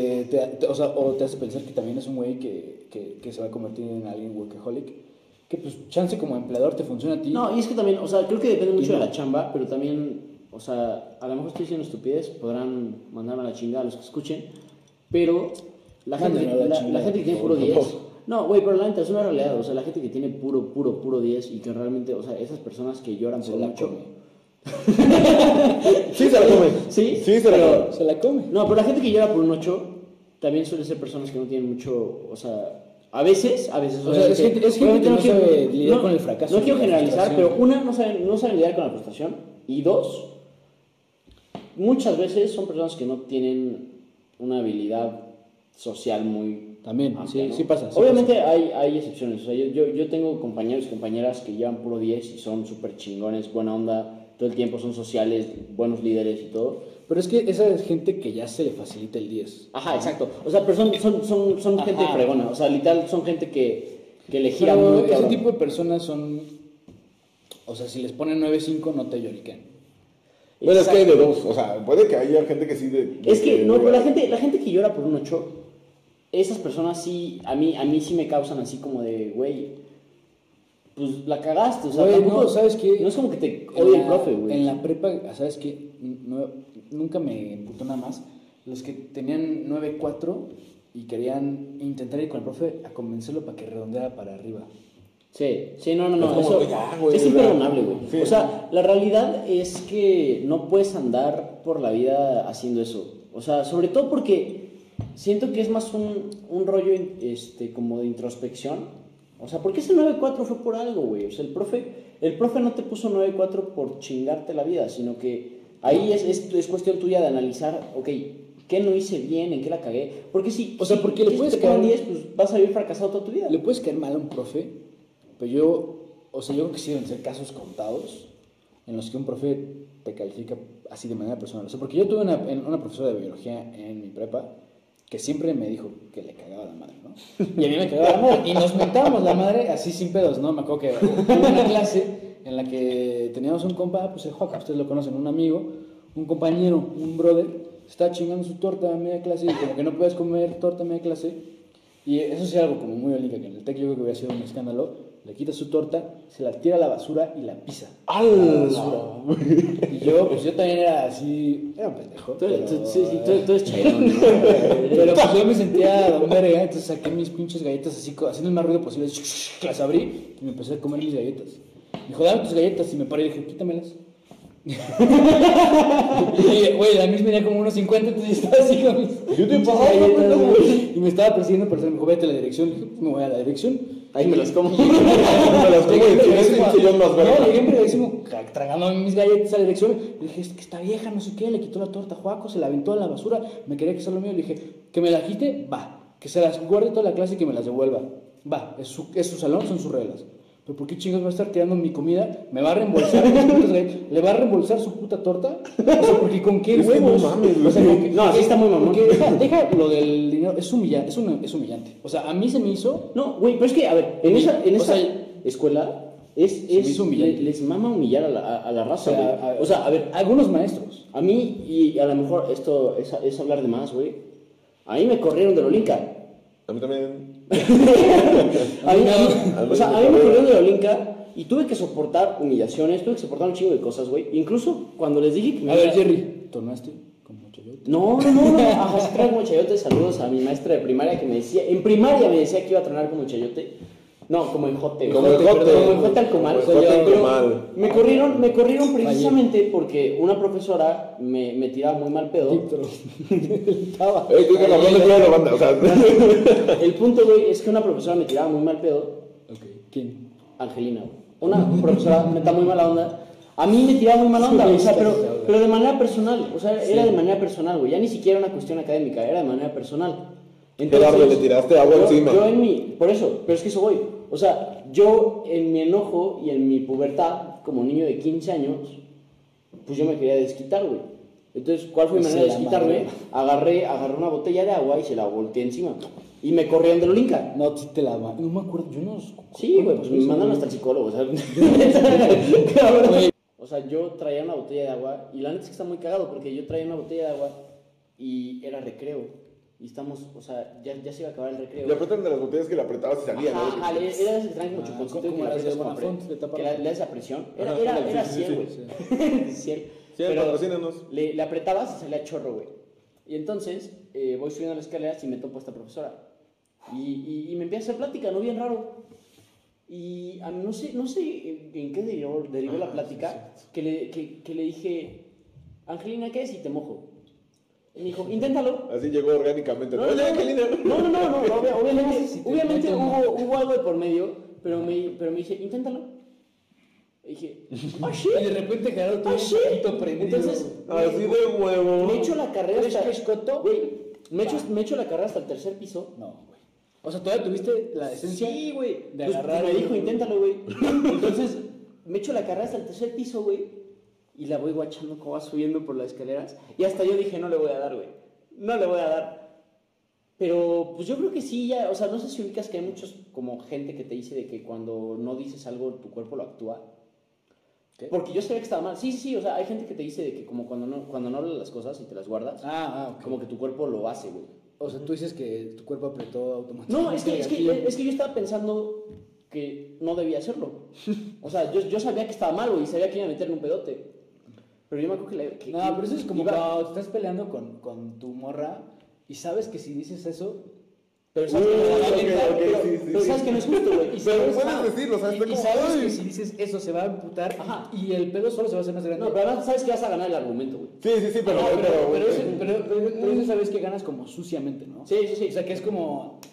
o te hace pensar que también es un güey que se va a convertir en alguien workaholic. Que pues chance como empleador te funciona a ti. No, y es que también, o sea, creo que depende mucho no. de la chamba, pero también, o sea, a lo mejor estoy diciendo estupidez, podrán mandarme a la chingada a los que escuchen, pero la gente, Mándenme a la la chingada, gente que tiene por puro favor. 10, no, güey, pero la neta es una realidad, o sea, la gente que tiene puro 10 y que realmente, o sea, esas personas que lloran Se por la mucho. come. Sí, se la come. Sí, Sí, se la pero- come. Se la come. No, pero la gente que llora por un 8 también suele ser personas que no tienen mucho, o sea, a veces, O sea, es gente obviamente que no quiero- sabe lidiar con el fracaso No quiero y la generalizar, pero frustración. una, no saben lidiar con la frustración, y dos, muchas veces son personas que no tienen una habilidad social muy También, amplia, sí, ¿no? sí pasa. sí Obviamente pasa. hay excepciones, o sea, yo tengo compañeros y compañeras que llevan puro 10 y son súper chingones, buena onda, todo el tiempo son sociales, buenos líderes y todo. Pero es que esa es gente que ya se le facilita el 10. Ajá, exacto. O sea, pero son gente Ajá. fregona. O sea, literal, son gente que le gira Pero muy ese cabrón. tipo de personas son... O sea, si les ponen 9.5 no te lloriquen. Bueno, es que hay de Exacto. dos. O sea, puede que haya gente que sí de... Es que, no, de- pero la gente que llora por un 8, esas personas sí, a mí sí me causan así como de, güey, pues la cagaste. O sea, Güey, tampoco, no, ¿sabes qué? No es como que te En odie el la- profe, güey. En la prepa, ¿sabes qué? Nunca me imputó nada más. Los que tenían 9.4 y querían intentar ir con el profe a convencerlo para que redondeara para arriba. Sí, no, Es como, eso ya, güey, es o sea, imperdonable, güey. sí. O sea, la realidad es que no puedes andar por la vida haciendo eso. O sea, sobre todo porque siento que es más un rollo como de introspección O sea, porque ese 9-4 fue por algo, güey. O sea, el profe no te puso 9-4 por chingarte la vida, sino que ahí es cuestión tuya de analizar, ok, ¿qué no hice bien? ¿En qué la cagué? Porque si, O sea, si porque le si puedes te quedan caer- 10, pues vas a vivir fracasado toda tu vida. Le puedes caer mal a un profe, pero yo creo que sí deben ser casos contados en los que un profe te califica así de manera personal. O sea, porque yo tuve una profesora de biología en mi prepa que siempre me dijo que le cagaba la madre, ¿no? Y a mí me cagaba la madre. Y nos mentábamos la madre así sin pedos, ¿no? Me acuerdo que hubo una clase en la que teníamos un compa, pues el Joca, ustedes lo conocen, un amigo, un compañero, un brother, está chingando su torta a media clase y como que no puedes comer torta a media clase. Y eso sí es algo como muy olinca, que en el TEC yo creo que hubiera sido un escándalo. Le quita su torta, se la tira a la basura y la pisa. A la basura. Y yo también era así, era un pendejo. Pero Tú eres chairón, ¿no? pero pues yo me sentía don verga, entonces saqué mis pinches galletas así, haciendo el más ruido posible, las abrí y me empecé a comer mis galletas. Me dijo, dame tus galletas, y me paré y dije, quítamelas. Y, güey, la misma tenía como unos 50, entonces estaba así con mis galletas, güey. Y me estaba persiguiendo, pero me dijo, vete a la dirección. Le dije, pues me voy a la dirección. Ahí me las como. Me las como y tienes un sillón más verde. No, llegué embriagadísimo, tragando mis galletas a la dirección. Le dije, es que está vieja, no sé qué. Le quitó la torta a Juaco, se la aventó a la basura. Me quería que sea lo mío. Le dije, que me la quite, va. Que se las guarde toda la clase y que me las devuelva. Va, es su salón, son sus reglas. Pero ¿por qué chingados va a estar tirando mi comida? ¿Me va a reembolsar? ¿Le va a reembolsar su puta torta? O sea, porque ¿con qué Es que huevos? no mames, güey. O sea, No, así está muy mamón. Porque deja lo del dinero, es humillante, es humillante. O sea, a mí se me hizo... No, güey, pero es que, a ver, en esa O sea, escuela me hizo humillante. les mama humillar a la raza, O sea, güey. O sea, a ver, algunos maestros. a mí, y a lo mejor esto es hablar de más, güey. A mí me corrieron de la Olinca. A mí también. O sea, a mí me corrieron de la Olinca y tuve que soportar humillaciones, tuve que soportar un chingo de cosas, güey. Incluso cuando les dije que me A ver, iba- Jerry, ¿tornaste como chayote? No. Ajá, sí traigo como chayote. Saludos a mi maestra de primaria que me decía, en primaria me decía que iba a tronar como chayote. No, como enjote. Como enjote. Como enjote al comal. Como enjote al Pero comal. me corrieron precisamente porque una profesora me tiraba muy mal pedo. Estaba. Creo que la banda es la banda. O sea, El punto, güey, es que una profesora me tiraba muy mal pedo. Ok, ¿quién? Angelina, güey. Una profesora neta muy mala onda. A mí me tiraba muy mala onda, o sea, pero de manera personal. O sea, era de manera personal, güey. Ya ni siquiera una cuestión académica, era de manera personal. Gerardo, le tiraste agua encima. Yo en mi, por eso, pero es que eso voy. O sea, yo en mi enojo y en mi pubertad, como niño de 15 años, pues yo me quería desquitar, güey. Entonces, ¿cuál fue mi manera de desquitarme? Agarré una botella de agua y se la volteé encima. Y me corrieron de la Olinca. No, sí te la va. No me acuerdo, yo no. Sí, güey, pues me mandan hasta el psicólogo, o sea. Güey. O sea, yo traía una botella de agua y la neta es que está muy cagado porque yo traía una botella de agua y era recreo. Y estamos, o sea, ya se iba a acabar el recreo. le apretan de las botellas que le apretabas y salía, ¿no? Ajá, era de ese que traen como chuponcito como que le las de aprietas con Bonafont, pre- de tapa que roja. le das la presión. Ajá, Era sí, 100, güey. 100. Sí, Pero patrocínanos. le apretabas y salía chorro, güey. Y entonces voy subiendo las escaleras y me topo a esta profesora. Y me empieza a hacer plática, ¿no? Bien raro. Y a mí no sé en qué derivó la plática, que le dije, Angelina, ¿qué es? Y te mojo. Y me dijo, inténtalo. Así llegó orgánicamente. No, Oye, Angelina. obviamente hubo algo de por medio, pero me dice, inténtalo. Y dije, ah, sí. Y de repente Gerardo tuvo Ah, sí. un poquito prendido. Entonces, Así de huevo. me echo la carrera ¿Eres hasta... pescoto? Güey, me echo la carrera hasta el tercer piso. No, güey. O sea, todavía tuviste la decencia. Sí, güey. De Pues, agarrar. me dijo, inténtalo, güey. Entonces, me echo la carrera hasta el tercer piso, güey. Y la voy guachando como va subiendo por las escaleras. Y hasta yo dije, no le voy a dar, güey. No le voy a dar. Pero, pues yo creo que sí, ya. O sea, no sé si ubicas que hay muchos, como gente que te dice de que cuando no dices algo, tu cuerpo lo actúa. ¿Qué? Porque yo sabía que estaba mal. Sí. O sea, hay gente que te dice de que como cuando no hablas las cosas y te las guardas, Ok. como que tu cuerpo lo hace, güey. O sea, tú dices que tu cuerpo apretó automáticamente. No, es que yo estaba pensando que no debía hacerlo. O sea, yo sabía que estaba mal, güey, y sabía que iba a meterme un pedote. Pero yo me acuerdo que No, pero eso es como iba- cuando estás peleando con tu morra y sabes que si dices eso. Pero sabes que no ok, va a aventar, ok, pero- sí, pero sabes que no es justo, güey. Y Pero sabes- puedes decirlo, ¿sabes? Y sabes que si dices eso se va a amputar. Ajá. Y el pedo solo se va a hacer más grande. No, pero además sabes que vas a ganar el argumento, güey. Sí, pero... Pero eso sabes que ganas como suciamente, ¿no? Sí. O sea, que es como.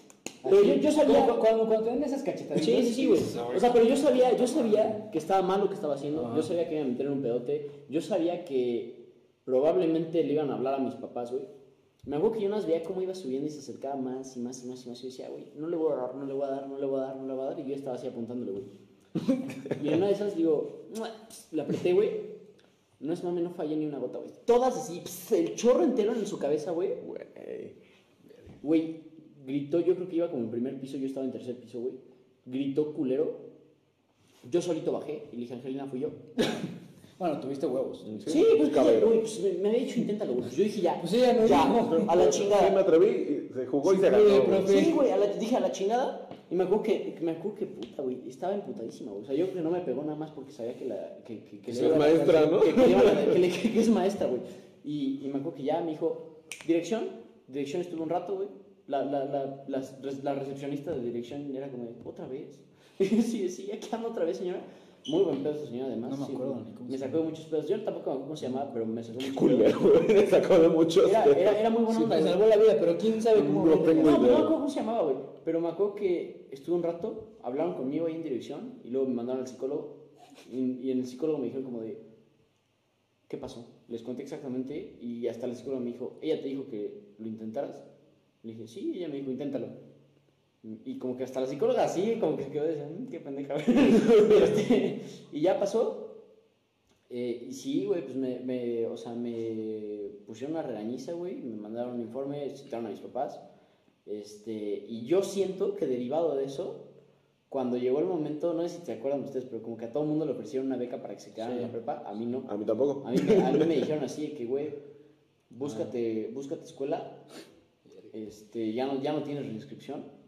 Pero yo sabía... Cuando te dan esas cachetadas. Sí, güey. O sea, pero yo sabía que estaba mal lo que estaba haciendo. Ajá. Yo sabía que iba a meter en un pedote. Yo sabía que probablemente le iban a hablar a mis papás, güey. Me acuerdo que yo unas veía cómo iba subiendo y se acercaba más y más y más y más. Y yo decía, güey, no le voy a dar, no le voy a dar, no le voy a dar, no le voy a dar. Y yo estaba así apuntándole, güey. Y en una de esas digo, la apreté, güey. No es mame, no fallé ni una gota, güey. Todas así, el chorro entero en su cabeza, güey. Güey, gritó, yo creo que iba como en primer piso, yo estaba en tercer piso, güey. Gritó culero. Yo solito bajé y le dije, Angelina, fui yo. Bueno, tuviste huevos. Sí, pues, güey, pues me había dicho, inténtalo, güey. Pues yo dije, ya, Pues sí, ya no, a la chingada. Sí, me atreví, y se jugó y se ganó. Sí, güey, dije a la chingada. Y me acuerdo que puta, güey, estaba emputadísima, güey. O sea, yo creo que no me pegó nada más porque sabía que Es maestra, ¿no? Que es maestra, güey. Y me acuerdo que ya me dijo, dirección estuvo un rato, güey. La recepcionista de dirección era como, ¿otra vez? Sí, aquí ando otra vez, señora. Muy buen pedo esa señora, además. No me acuerdo sí, ni cómo me se sacó de muchos pedos. Yo tampoco me acuerdo cómo se llamaba, pero me sacó de muchos Culero, pedos. güey, me sacó de muchos. Era muy buena Sí, onda, me güey. salvó la vida, pero quién sabe cómo. No tengo No, no me idea. acuerdo cómo se llamaba, güey. Pero me acuerdo que estuve un rato, hablaron conmigo ahí en dirección y luego me mandaron al psicólogo. Y en el psicólogo me dijeron como de, ¿qué pasó? Les conté exactamente y hasta la psicóloga me dijo, ¿ella te dijo que lo intentaras? Le dije, sí, ella me dijo, inténtalo. Y como que hasta la psicóloga así, como que se quedó de qué pendeja. Y ya pasó. Y sí, güey, pues me pusieron una regañiza, güey, me mandaron un informe, citaron a mis papás. Y yo siento que derivado de eso, cuando llegó el momento, no sé si se acuerdan ustedes, pero como que a todo el mundo le ofrecieron una beca para que se quedara en la prepa, a mí no. A mí tampoco. A mí me dijeron así, que güey, búscate escuela, ya no tienes reinscripción.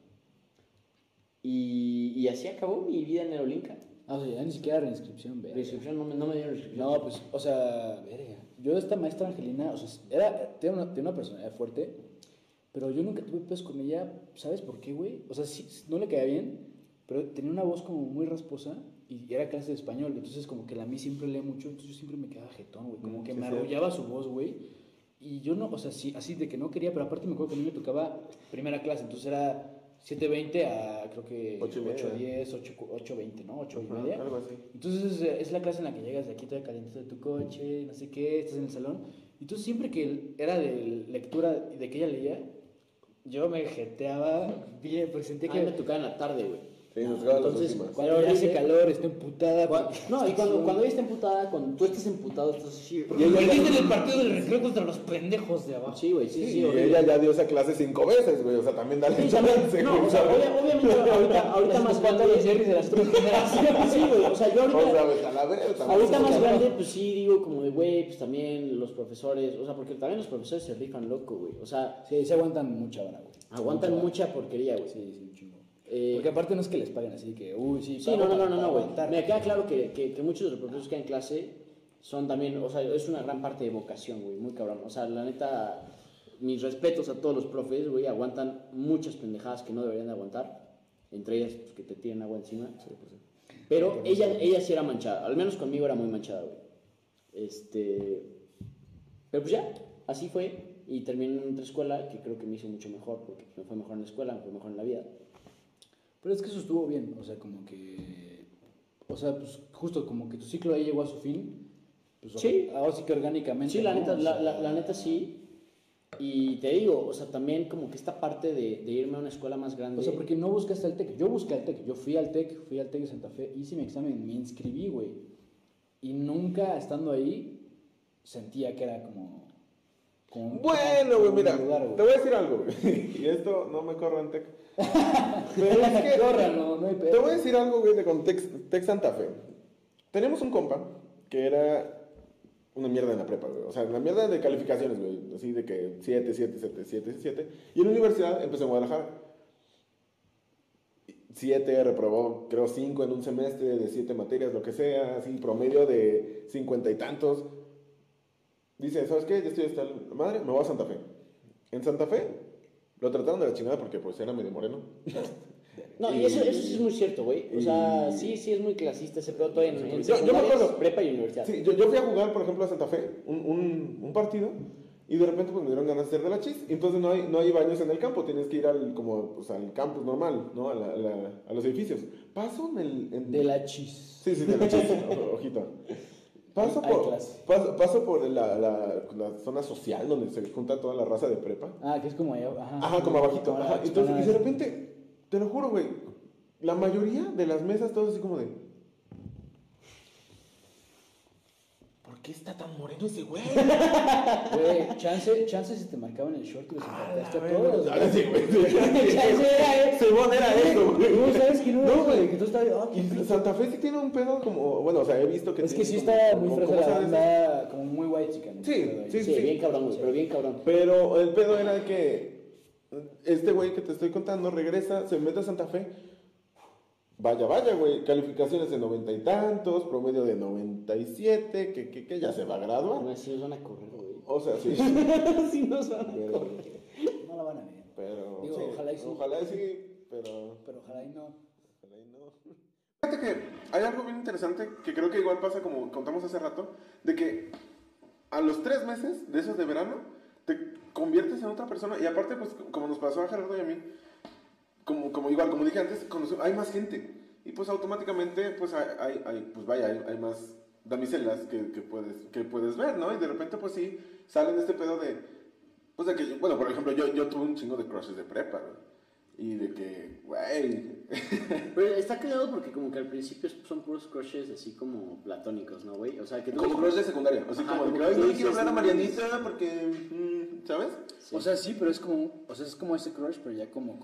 Y así acabó mi vida en Aerolinca. O sea, ya ni siquiera reinscripción, verga. Reinscripción, no me dieron reinscripción. No, pues, o sea, verga. Yo, esta maestra Angelina, o sea, tenía una personalidad fuerte, pero yo nunca tuve pedos con ella, ¿sabes por qué, güey? O sea, sí, no le caía bien, pero tenía una voz como muy rasposa y era clase de español, entonces como que a mí siempre leía mucho, entonces yo siempre me quedaba jetón, güey, como que sí, me sí. arrullaba su voz, güey, y yo no, o sea, sí, así de que no quería, pero aparte me acuerdo que a mí me tocaba primera clase, entonces era 7:20 a creo que 8:10, 8:20, ¿no? 8:30. Algo así. Entonces es la clase en la que llegas de aquí todo caliente de tu coche, no sé qué, estás en el salón. Entonces siempre que era de lectura, de que ella leía, yo me jeteaba bien, porque sentía A mí me que tocaba en la tarde, güey. Sí, nos quedaban las Entonces, últimas. cuando ya hace calor, está emputada. No, y cuando ella está emputada, cuando tú estás emputado, estás así. Y ella ya- en el partido del recreo contra los pendejos de abajo. Sí, güey, sí, y horrible. ella ya dio esa clase 5 veces, güey. O sea, también dale Sí, también, chance, no, güey, o sea, ¿sabes? obviamente ahorita más grande. los Jerry de las tres generaciones. Sí, güey, o sea, yo O sea, ahorita. vete a la verga, también. Ahorita más grande, pues sí, digo, como de, güey, pues también los profesores, o sea, porque también los profesores se rifan loco, güey, o sea, Sí, se aguantan mucha vara, güey. aguantan mucha porquería, güey. Sí, un chingo. Eh, Porque aparte no es que les paguen así que, uy, sí, Sí, pago no, para güey. aguantar. Me queda claro que muchos de los profesores que hay en clase son también, o sea, es una gran parte de vocación, güey, muy cabrón. O sea, la neta, mis respetos a todos los profes, güey, aguantan muchas pendejadas que no deberían de aguantar, entre ellas, pues, que te tiren agua encima. Pero ella sí era manchada, al menos conmigo era muy manchada, güey. Pero pues ya, así fue. Y terminé en otra escuela que creo que me hizo mucho mejor, porque me fue mejor en la escuela, me fue mejor en la vida. Pero es que eso estuvo bien, o sea, como que... O sea, pues justo como que tu ciclo ahí llegó a su fin. Pues, Sí. ahora sí que orgánicamente. Sí, la ¿no? neta, O sea, la neta sí. Y te digo, o sea, también como que esta parte de irme a una escuela más grande. O sea, porque no buscaste al TEC. Yo busqué al TEC. Yo fui al TEC de Santa Fe, hice mi examen, me inscribí, güey. Y nunca estando ahí sentía que era como Bueno, güey, mira, un lugar, güey. te voy a decir algo, güey. Y esto no me corro en Tec. Pero es que, Corra, no hay pedo. te voy a decir algo, güey, de con Tec Santa Fe. Teníamos un compa que era una mierda en la prepa, güey. O sea, una mierda de calificaciones, güey. Así de que 7, 7, 7, 7, 7. Y en la universidad empezó en Guadalajara. 7, reprobó, creo, 5 en un semestre de 7 materias, lo que sea, así, promedio de 50 y tantos. Dice, ¿sabes qué? Ya estoy hasta la madre, me voy a Santa Fe. En Santa Fe lo trataron de la chingada porque pues era medio moreno. No, y eso sí es muy cierto, güey. O sea, sí es muy clasista ese pedo en Yo me secundarias, acuerdo. prepa y universidad. Sí, yo fui a jugar, por ejemplo, a Santa Fe un partido Y de repente pues me dieron ganas de hacer de la chis. Entonces no hay baños en el campo, tienes que ir como, pues, al campus normal, ¿no? A los edificios. Paso De la chis. Sí, de la chis, ojito. Paso por la zona social donde se junta toda la raza de prepa. Ah, que es como allá, Ajá, como abajito. Ajá. Entonces, y de repente, te lo juro, güey, la mayoría de las mesas, todos así como de... ¿Por qué está tan moreno ese güey? Güey, chance si te marcaban el short y los empataste a todos. Ahora sí, güey. Chance era eso. Según era eso, güey. No, ¿sabes que no? güey. Que tú estabas... Y Santa Fe sí tiene un pedo como... Bueno, o sea, he visto que... Es que tiene sí como- está muy como- fresa ¿cómo la sabes? banda, como muy white chicken. Sí. Sí, bien cabrón, güey, pero bien cabrón. Pero el pedo era que este güey que te estoy contando regresa, se mete a Santa Fe. Vaya, güey. Calificaciones de 90 y tantos, promedio de 97, que ya se va a graduar. No, así nos van a correr, güey. O sea, sí. Sí nos van a Pero- correr. No la van a ver. Pero. Digo, sí, ojalá y sí. Ojalá y sí, pero. Pero ojalá y no. Ojalá y no. Fíjate que hay algo bien interesante que creo que igual pasa como contamos hace rato, de que a los 3 meses de esos de verano te conviertes en otra persona. Y aparte, pues, como nos pasó a Gerardo y a mí, como dije antes, hay más gente. Y pues automáticamente, pues hay más damiselas que puedes ver, ¿no? Y de repente, pues sí, salen este pedo de, pues de que, bueno, por ejemplo, yo tuve un chingo de crushes de prepa, ¿no? Y de que, güey. Pero está cagado porque como que al principio son puros crushes así como platónicos, ¿no, güey? O sea, que tú... Como crush de secundaria. Así Ajá, como de que, como ay, tú no le dices, quiero hablar a no, Marianita porque, ¿sabes? Sí. O sea, sí, pero es como ese crush, pero ya como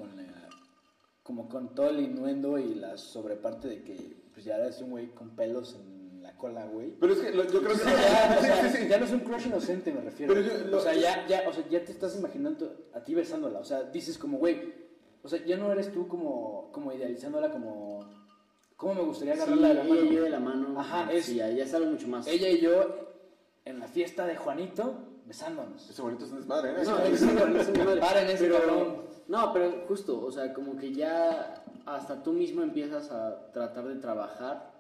con todo el innuendo y la sobreparte de que pues ya eres un güey con pelos en la cola, güey. Pero es que yo creo que... O sea, ya no es un crush inocente, me refiero. Pero o sea, ya te estás imaginando a ti besándola. O sea, dices como, güey, o sea, ya no eres tú como idealizándola como... ¿Cómo me gustaría agarrarla de la mano? Ella y yo de la mano. Ajá, Sí, ya es algo mucho más. Ella y yo en la fiesta de Juanito besándonos. Ese bonito es un desmadre, ¿eh? No, es una madre. Paren ese cabrón. No, pero justo, o sea, como que ya hasta tú mismo empiezas a tratar de trabajar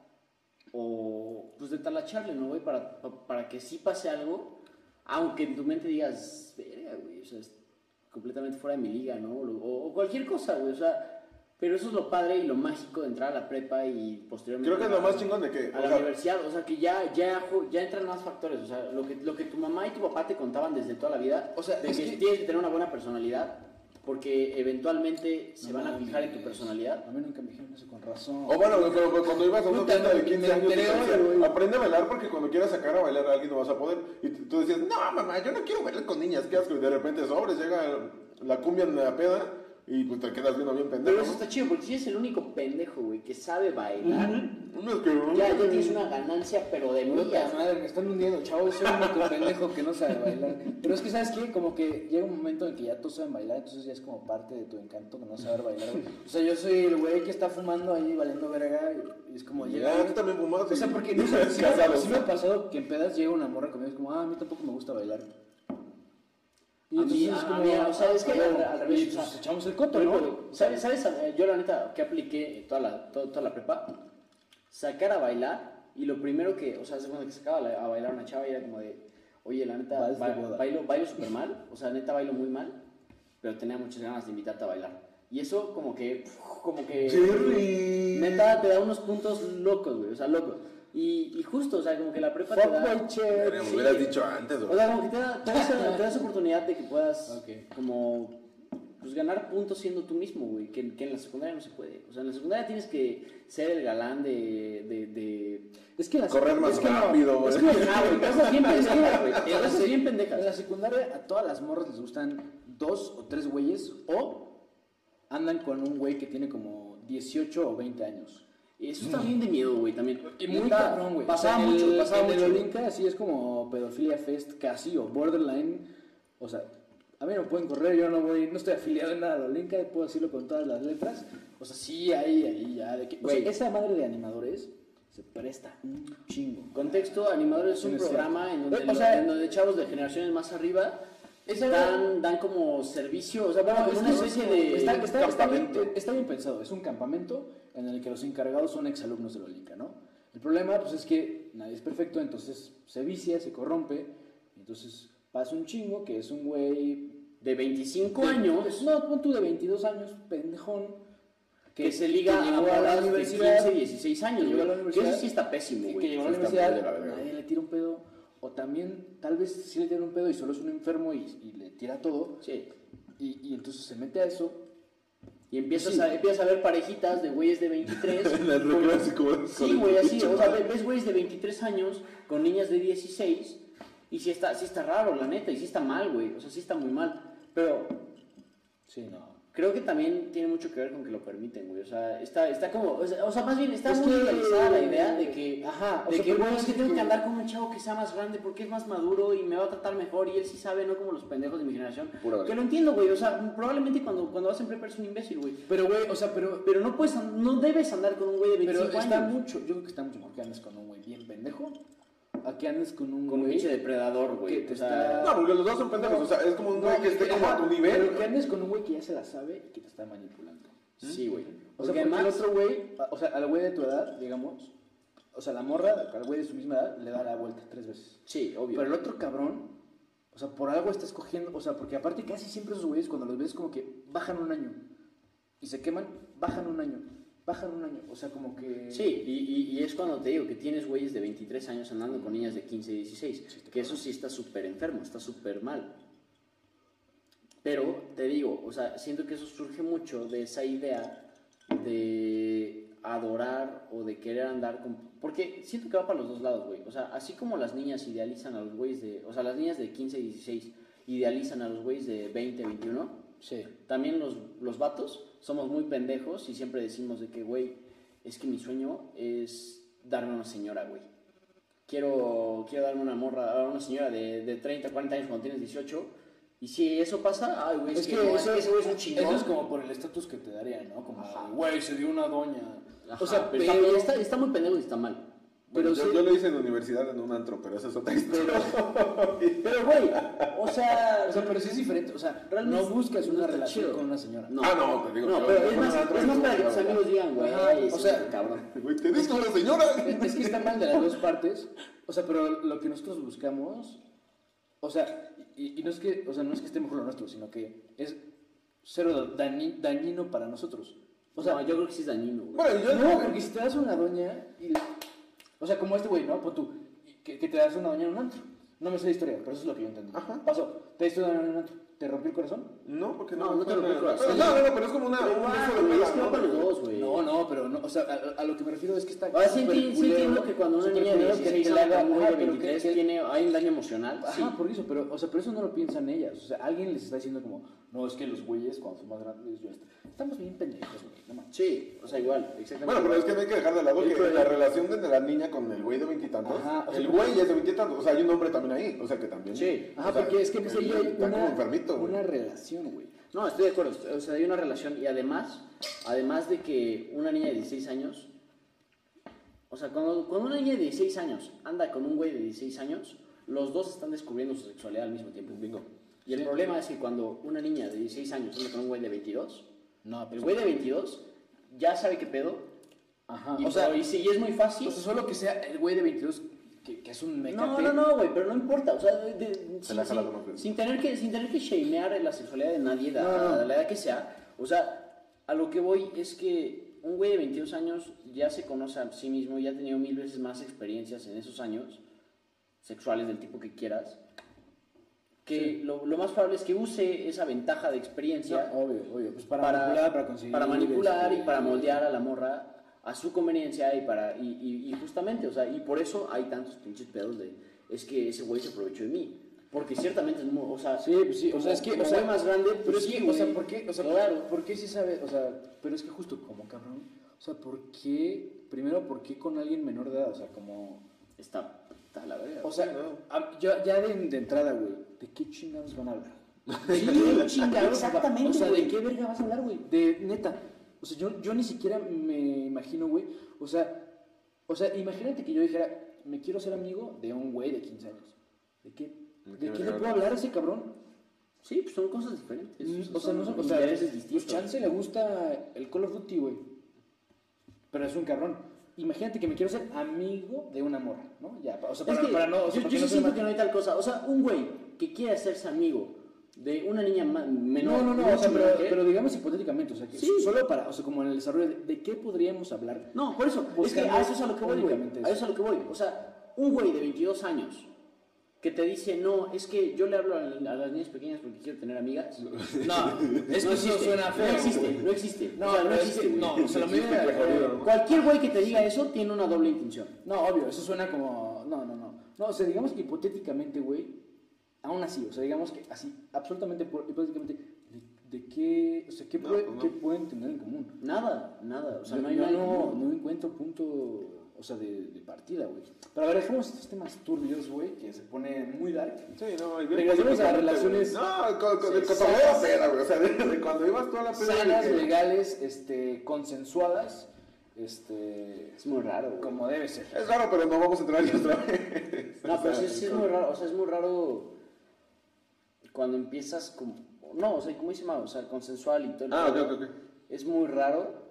o pues de talacharle, ¿no, güey? Para que sí pase algo, aunque en tu mente digas, verga, güey, o sea, es completamente fuera de mi liga, ¿no? O cualquier cosa, güey, o sea, pero eso es lo padre y lo mágico de entrar a la prepa y posteriormente... Creo que es lo más chingón de que... A la universidad, o sea, que ya entran más factores, o sea, lo que tu mamá y tu papá te contaban desde toda la vida, O sea, de es que que- tienes que tener una buena personalidad, porque eventualmente se van a fijar en tu personalidad. A mí nunca me dijeron eso con razón. O bueno, güey, pero cuando ibas a una Puta, fiesta de me 15 años, te enteré, decían, güey. aprende a bailar porque cuando quieras sacar a bailar a alguien no vas a poder. Y tú decías, no, mamá, yo no quiero bailar con niñas, qué asco. Y de repente sobres, llega la cumbia en la peda y pues te quedas viendo bien pendejo. Pero eso está chido, porque si eres el único pendejo, güey, que sabe bailar, No es que... ya tienes una ganancia, pero de Puta millas. madre, me están hundiendo, chavos, soy un único pendejo que no sabe bailar. Pero es que, ¿sabes qué? Como que llega un momento en que ya todos saben bailar, entonces ya es como parte de tu encanto que no saber bailar, güey. O sea, yo soy el güey que está fumando ahí, valiendo verga, y es como llega... Ya, tú también fumas. O sea, porque no sé, sí me ha pasado que en pedas llega una morra conmigo y es como, a mí tampoco me gusta bailar. Y A mí, entonces es a mí, o sea, es que al revés, y o sea, pues echamos el coto, Pero, ¿no? ¿sabes? Yo la neta que apliqué toda la prepa, sacar a bailar y lo primero que, o sea, cuando que sacaba a bailar una chava y era como de, oye, la neta, Vals de boda. bailo súper mal, o sea, neta bailo muy mal, pero tenía muchas ganas de invitarte a bailar. Y eso como que Jerry. neta te da unos puntos locos, güey, o sea, locos. Y justo, o sea, como que la prepa te da... Pero me hubieras dicho antes, O güey. sea, como que te da esa oportunidad de que puedas Ok. como pues ganar puntos siendo tú mismo, güey, que en la secundaria no se puede. O sea, en la secundaria tienes que ser el galán de... Es que Correr más rápido, güey. Es que, güey, cosas bien pendejas, güey. Cosas bien En la pendejas. secundaria a todas las morras les gustan 2 o 3 güeyes o andan con un güey que tiene como 18 o 20 años. Y eso está bien de miedo, güey, también. Y muy Neta, cabrón, güey. Pasaba O sea, mucho, pasaba en el mucho. Olinka así es como pedofilia fest casi o borderline. O sea, a mí no pueden correr, yo no estoy afiliado en nada al Olinka, puedo decirlo con todas las letras. O sea, sí hay ahí ya de que... O sea, Güey. esa madre de animadores se presta un chingo. Contexto, Animadores es un Sí, es programa en donde, o sea, en donde chavos de generaciones más arriba esa dan como servicio, o sea, bueno, como una especie de campamento. Está bien pensado, es un campamento en el que los encargados son exalumnos de la Olinka, ¿no? El problema pues es que nadie es perfecto, entonces se vicia, se corrompe, entonces pasa un chingo que es un güey De 25 años. No, pon tú de 22 años, pendejón. Que se liga que a llegó a la morras de universidad, 15, 16 años, que llegó a la güey. Que universidad, eso sí está pésimo, que güey. llegó a la Sí, está universidad, muy de la verga, nadie le tira un pedo, o también tal vez sí le tira un pedo y solo es un enfermo y le tira todo, Sí. y entonces se mete a eso. Y empiezas, Sí. empiezas a ver parejitas de güeyes de 23. En el recreo así como... Sí, güey, así. O sea, ves güeyes de 23 años con niñas de 16. Y sí está raro, la neta. Y sí está mal, güey. O sea, sí está muy mal. Pero Sí, no. creo que también tiene mucho que ver con que lo permiten, güey. O sea, está como... O sea, más bien está Es muy que- idealizada la idea de que... Ajá, o de sea, que, pero güey, es es que que- tengo que andar con un chavo que sea más grande porque es más maduro y me va a tratar mejor y él sí sabe, no como los pendejos de mi generación. Pura verga. Que lo entiendo, güey. O sea, probablemente cuando vas en prepa eres un imbécil, güey. Pero, güey, o sea, pero Pero no debes andar con un güey de 25 Pero está años. mucho, yo creo que está mucho mejor que andes con un güey bien pendejo a que andes con un Con un güey pinche depredador, güey. que te O sea, está... No, porque los dos son pendejos, o sea, es como un güey que esté como a tu nivel. Pero que andes con un güey que ya se la sabe y que te está manipulando. sí, güey. O sea, Porque porque el además... otro güey, o sea, al güey de tu edad, digamos, o sea, la morra, al güey de su misma edad, le da la vuelta 3 veces. Sí, obvio. Pero el otro cabrón, o sea, por algo está escogiendo, o sea, porque aparte casi siempre esos güeyes cuando los ves como que bajan un año y se queman, bajan un año, o sea, como que... Sí, y es cuando te digo que tienes güeyes de 23 años andando con niñas de 15 y 16. Que eso sí está súper enfermo, está súper mal. Pero, te digo, o sea, siento que eso surge mucho de esa idea de adorar o de querer andar con... Porque siento que va para los dos lados, güey. O sea, así como las niñas idealizan a los güeyes de... O sea, las niñas de 15 y 16 idealizan a los güeyes de 20, 21. Sí. También los vatos somos muy pendejos y siempre decimos de que, güey, es que mi sueño es darme a una señora, güey. Quiero darme una morra, a una señora de 30, 40 años cuando tienes 18. Y si eso pasa, ay, güey, es que no, es que ese güey es un chingón. Eso es como por el estatus que te daría, ¿no? Como, Ajá. güey, se dio una doña. Ajá, O sea, pero está muy pendejo y está mal. Bueno, pero sí- yo lo hice en la universidad en un antro, pero eso es otra historia. Pero, güey, o sea... pero sí es diferente, o sea, Realmente no buscas no una está relación chido. con una señora. No, Ah, no, te digo, no, yo- pero yo es con más, una otra es más para que historia, tus amigos digan, güey, Ajá, ese o sea, es un cabrón. Güey, te dijo la señora. Es que está mal de las dos partes, o sea, pero lo que nosotros buscamos, o sea, y no es que, o sea, no es que esté mejor lo nuestro, sino que es cero dañino para nosotros. O sea, yo creo que sí es dañino, güey. Bueno, yo No, porque si te das una doña, o sea, como este güey, ¿no? Pon tú, que te das una doña en un antro. No me sé la historia, pero eso es lo que yo entendí. Ajá. Pasó, te diste una doña en un antro, ¿te rompió el corazón? No, porque No te lo puedo pero, hacer. no, pero es como una... Pero, un guau, beso de güey, pela, es que va para los dos, güey. No, pero no, o sea, a lo que me refiero es que está... Ahora sí súper entiendo, culero, que cuando una súper niña de culero que 16 te la anda haga- con un güey de ajá, pero 23 que- hay un daño emocional, Ajá, sí. por eso, pero eso no lo piensan ellas. O sea, alguien les está diciendo como, no, es que los güeyes cuando son más grandes, estamos bien pendejos, güey, no manches. Sí, o sea, igual, exactamente. Bueno, pero es que no hay que dejar de lado que Pero- la relación de la niña con el güey de veintitantos, Ajá, o sea, el güey es de veintitantos, o sea, hay un hombre también ahí, o sea, que también... Sí. Ajá, o sea, porque es que pues, ahí hay está como enfermito, güey. una relación, güey. No, estoy de acuerdo. O sea, hay una relación y además de que una niña de 16 años, o sea, cuando una niña de 16 años anda con un güey de 16 años, los dos están descubriendo su sexualidad al mismo tiempo. Bingo. Y el problema es que cuando una niña de 16 años anda con un güey de 22, No, el güey de 22 ya sabe qué pedo. Ajá, Y, o sea, y es muy fácil. o sea, solo que sea el güey de 22 que es un mecate. No, güey, pero no importa, o sea, Se la jala más bien. sin tener que shamear la sexualidad de nadie, a la edad que sea, o sea, a lo que voy es que un güey de 22 años ya se conoce a sí mismo, ya ha tenido 1000 veces más experiencias en esos años, sexuales del tipo que quieras, que Sí. lo más probable es que use esa ventaja de experiencia No, obvio, pues para manipular, para conseguir... para manipular y este, para moldear a la morra a su conveniencia y justamente, o sea, y por eso hay tantos pinches pedos de, es que ese güey se aprovechó de mí, porque ciertamente es muy, o sea, Sí, pues sí, o sea, es que, como o sea, güey más grande, pero pues es sí, que, o sea, güey. ¿por qué? O sea, Claro. ¿por qué sí sabe? O sea, pero es que justo como cabrón, o sea, ¿por qué? Primero, ¿por qué con alguien menor de edad? O sea, como... está la verga. O sea, ya de entrada, güey, ¿de qué chingados van a hablar? Sí, chingados, exactamente, O sea, güey. ¿de qué verga vas a hablar, güey? De neta. O sea, yo ni siquiera me imagino, güey. O sea, imagínate que yo dijera, me quiero ser amigo de un güey de 15 años. ¿De qué? ¿De qué le puedo hablar a ese cabrón? Sí, pues son cosas diferentes. O sea, no son, o sea, intereses pues distintos. chance le gusta el Call of Duty, güey. Pero es un cabrón. imagínate que me quiero ser amigo de una morra, ¿no? Ya, o sea, Es que para no... O sea, yo para que sí no se siento me- que no hay tal cosa. O sea, un güey que quiere hacerse amigo de una niña menor. No, o sea, mucho menor que él. pero digamos hipotéticamente, o sea, que Sí. solo para, o sea, como en el desarrollo de qué podríamos hablar. No, por eso. Es que Buscando a eso es a lo que voy, güey. únicamente A eso. eso es a lo que voy. O sea, un güey de 22 años que te dice, no, es que yo le hablo a las niñas pequeñas porque quiero tener amigas. No, Es que eso suena feo. No existe, no existe. No, O sea, no existe, existe, güey. no, o sea, lo mismo Cualquier güey que te diga eso tiene una doble intención. No, obvio, eso suena como... No. No, o sea, digamos que hipotéticamente, güey, aún así, o sea, digamos que así, absolutamente hipotéticamente, ¿de qué, o sea, qué, qué pueden tener en común? Nada. O sea, Yo no hay nada. no encuentro punto, o sea, de partida, güey. Pero a ver, dejemos estos temas turbios, güey, que se pone muy dark. Sí, no, Regresemos a las relaciones No, del cotorreo de la peda, güey. O sea, de cuando ibas toda la peda. sanas, de que- legales, consensuadas, Es muy raro, güey. como debe ser. Es raro, pero no vamos a entrar ahí otra vez. No, pero sí es muy raro. O sea, es muy raro cuando empiezas como... No, o sea, como dice Mau, o sea, consensual y todo. Ok. Es muy raro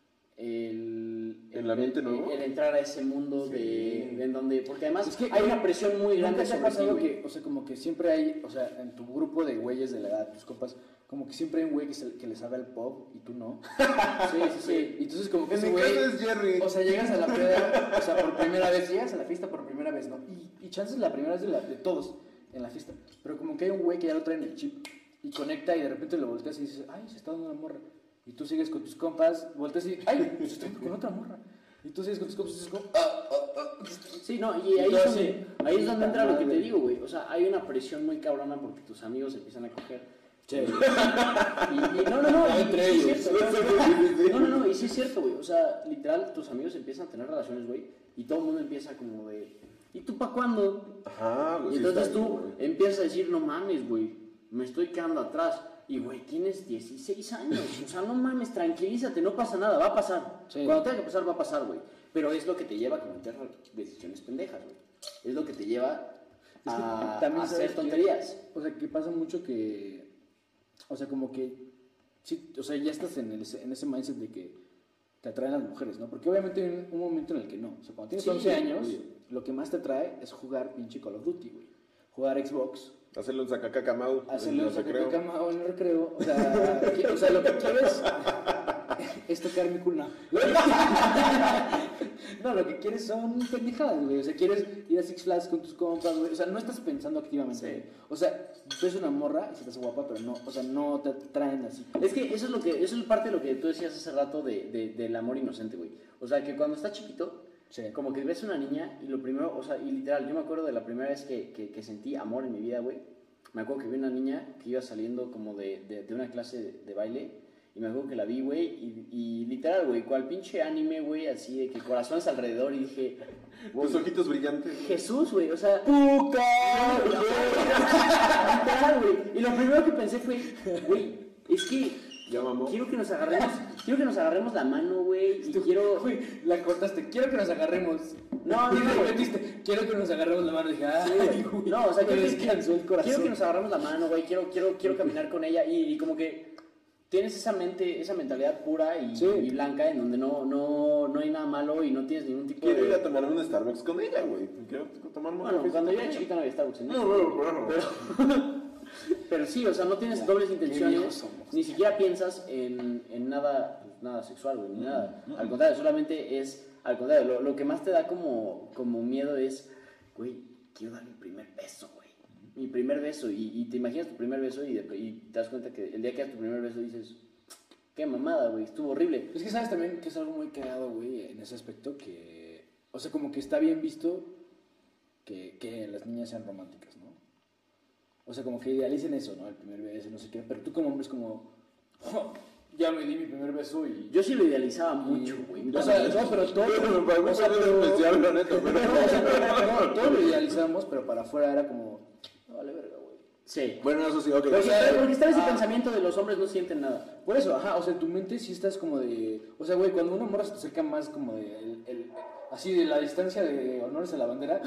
el ambiente nuevo. el entrar a ese mundo de en donde... Porque además Es que hay una presión muy grande ¿Nunca te ha sobre ti, pasado güey. que, o sea, como que siempre hay, o sea, en tu grupo de güeyes de la edad, tus compas, como que siempre hay un güey que le sabe al pop y tú no? Sí. Y entonces como que En ese mi güey, caso es Jerry. o sea, llegas a la peda, o sea, por primera vez, llegas a la fiesta por primera vez, ¿no? Y chances la primera vez de todos en la fiesta, pero como que hay un güey que ya lo trae en el chip y conecta y de repente lo volteas y dices, ay, se está dando una morra. Y tú sigues con tus compas, volteas y, ay, se está dando con otra morra. Y tú sigues con tus compas y dices, como, Sí, no, y ahí Y es todo donde, así, ahí es donde entra lo que te madre. digo, güey. O sea, hay una presión muy cabrona porque tus amigos empiezan a coger. che, Y no, Entre y sí ellos. es cierto, no, y sí es cierto, güey. O sea, literal, tus amigos empiezan a tener relaciones, güey, y todo el mundo empieza como de, ¿y tú pa' cuándo? Ajá, Y pues sí entonces está tú bien, güey. empiezas a decir, no mames, güey, me estoy quedando atrás. Y, güey, tienes 16 años. O sea, no mames, tranquilízate, no pasa nada, va a pasar. Sí. Cuando tenga que pasar, va a pasar, güey. Pero es lo que te lleva a cometer decisiones pendejas, güey. Es lo que te lleva Es que a también hacer sabes que- tonterías. o sea, que pasa mucho que, o sea, como que, sí, o sea, ya estás en ese mindset de que te atraen las mujeres, ¿no? Porque obviamente hay un momento en el que no. O sea, cuando tienes Sí, 11 años, obvio. lo que más te atrae es jugar pinche Call of Duty, güey. Jugar Xbox, Hacerle un sacacacamau. hacerle en un el recreo. cama o en el recreo. O sea, lo que quieres es tocar mi culo. No, lo que quieres son pendejadas, güey. O sea, quieres ir a Six Flags con tus compas, güey. O sea, no estás pensando activamente. Sí. Güey. O sea, ves una morra y se te hace guapa, pero no, o sea, no te traen así. Es que eso es parte de lo que tú decías hace rato del amor inocente, güey. O sea, que cuando estás chiquito, Sí. como que ves una niña y lo primero, o sea, y literal, yo me acuerdo de la primera vez que sentí amor en mi vida, güey. Me acuerdo que vi una niña que iba saliendo como de una clase de baile y me acuerdo que la vi, güey, y literal, güey, cual pinche anime, güey, así de que corazones alrededor y dije, güey, Tus ojitos brillantes. Jesús, güey, o sea... ¡Puta! Literal, güey. Y lo primero que pensé fue, güey, es que Ya mamó. quiero que nos agarremos la mano, güey, y quiero... Güey, la cortaste. Quiero que nos agarremos. No, Y no, güey. repetiste, quiero que nos agarremos la mano. Y dije, Sí, ay, güey. güey. No, o sea, me descansó el corazón. quiero que nos agarremos la mano, güey, quiero caminar con ella y como que tienes esa mentalidad pura y, Sí. y blanca en donde no hay nada malo y no tienes ningún tipo Quiero ir a de... tomarme un Starbucks con ella, güey. Quiero tomarme un Bueno, cafecito cuando yo con era ella. chiquita no había Starbucks en No, México. bueno. Pero sí, o sea, no tienes dobles viejos intenciones, somos. ni siquiera piensas en nada, pues, nada sexual, güey, ni nada. Al contrario, solamente es, al contrario, lo que más te da como miedo es, güey, quiero dar mi primer beso, güey. Mi primer beso, y te imaginas tu primer beso y te das cuenta que el día que das tu primer beso dices, qué mamada, güey, estuvo horrible. Es que sabes también que es algo muy cagado, güey, en ese aspecto que... O sea, como que está bien visto que las niñas sean románticas, ¿no? O sea, como que idealicen eso, ¿no? El primer beso, no sé qué. Pero tú como hombre es como... "Oh, ya me di mi primer beso y... Yo sí lo idealizaba mucho, güey. O sea, no, pero todo... Para mí o sea, fue pero- especial, la neta, pero... No, o sea, no, todo lo idealizamos, pero para afuera era como... No, vale verga, güey. Sí. Bueno, eso sí, ok. Porque, o sea, porque está ese pensamiento de los hombres no sienten nada. Por eso, ajá, o sea, en tu mente sí estás como de... O sea, güey, cuando una morra se te acerca más como de... así de la distancia de honores a la bandera.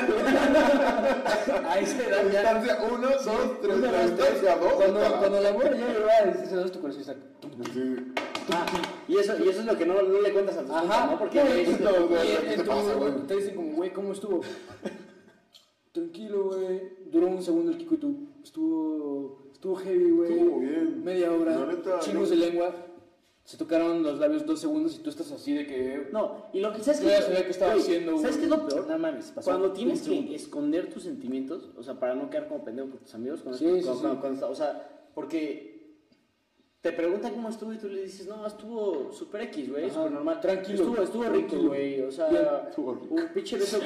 A esa edad ya... Distancia 1, 2, 3, Una, la dos, tres. distancia 2. Cuando la morra ya llegaba a decirse dos, tu corazón está... Sí. Y eso es lo que no le cuentas a tus compas, ¿no? Porque güey, ¿qué te pasa, güey? te dicen como, güey, ¿cómo estuvo? Tranquilo, güey. Duró un segundo el Kiko y tú. Estuvo heavy, güey. Estuvo bien. Media hora. La neta, Chingos no. de lengua. Se tocaron los labios 2 segundos y tú estás así de que... No, y lo que sabes Yo ya sabía que estaba güey, haciendo, ¿sabes qué es lo peor? No mames, pasó Cuando tienes un que segundo. esconder tus sentimientos, o sea, para no quedar como pendejo con tus amigos, Sí, sí. o sea, porque te preguntan cómo estuvo y tú le dices, no, estuvo super X, güey, Ajá, super normal. tranquilo, Estuvo rico, tranquilo. güey, o sea, Bien, estuvo rico. un pinche beso,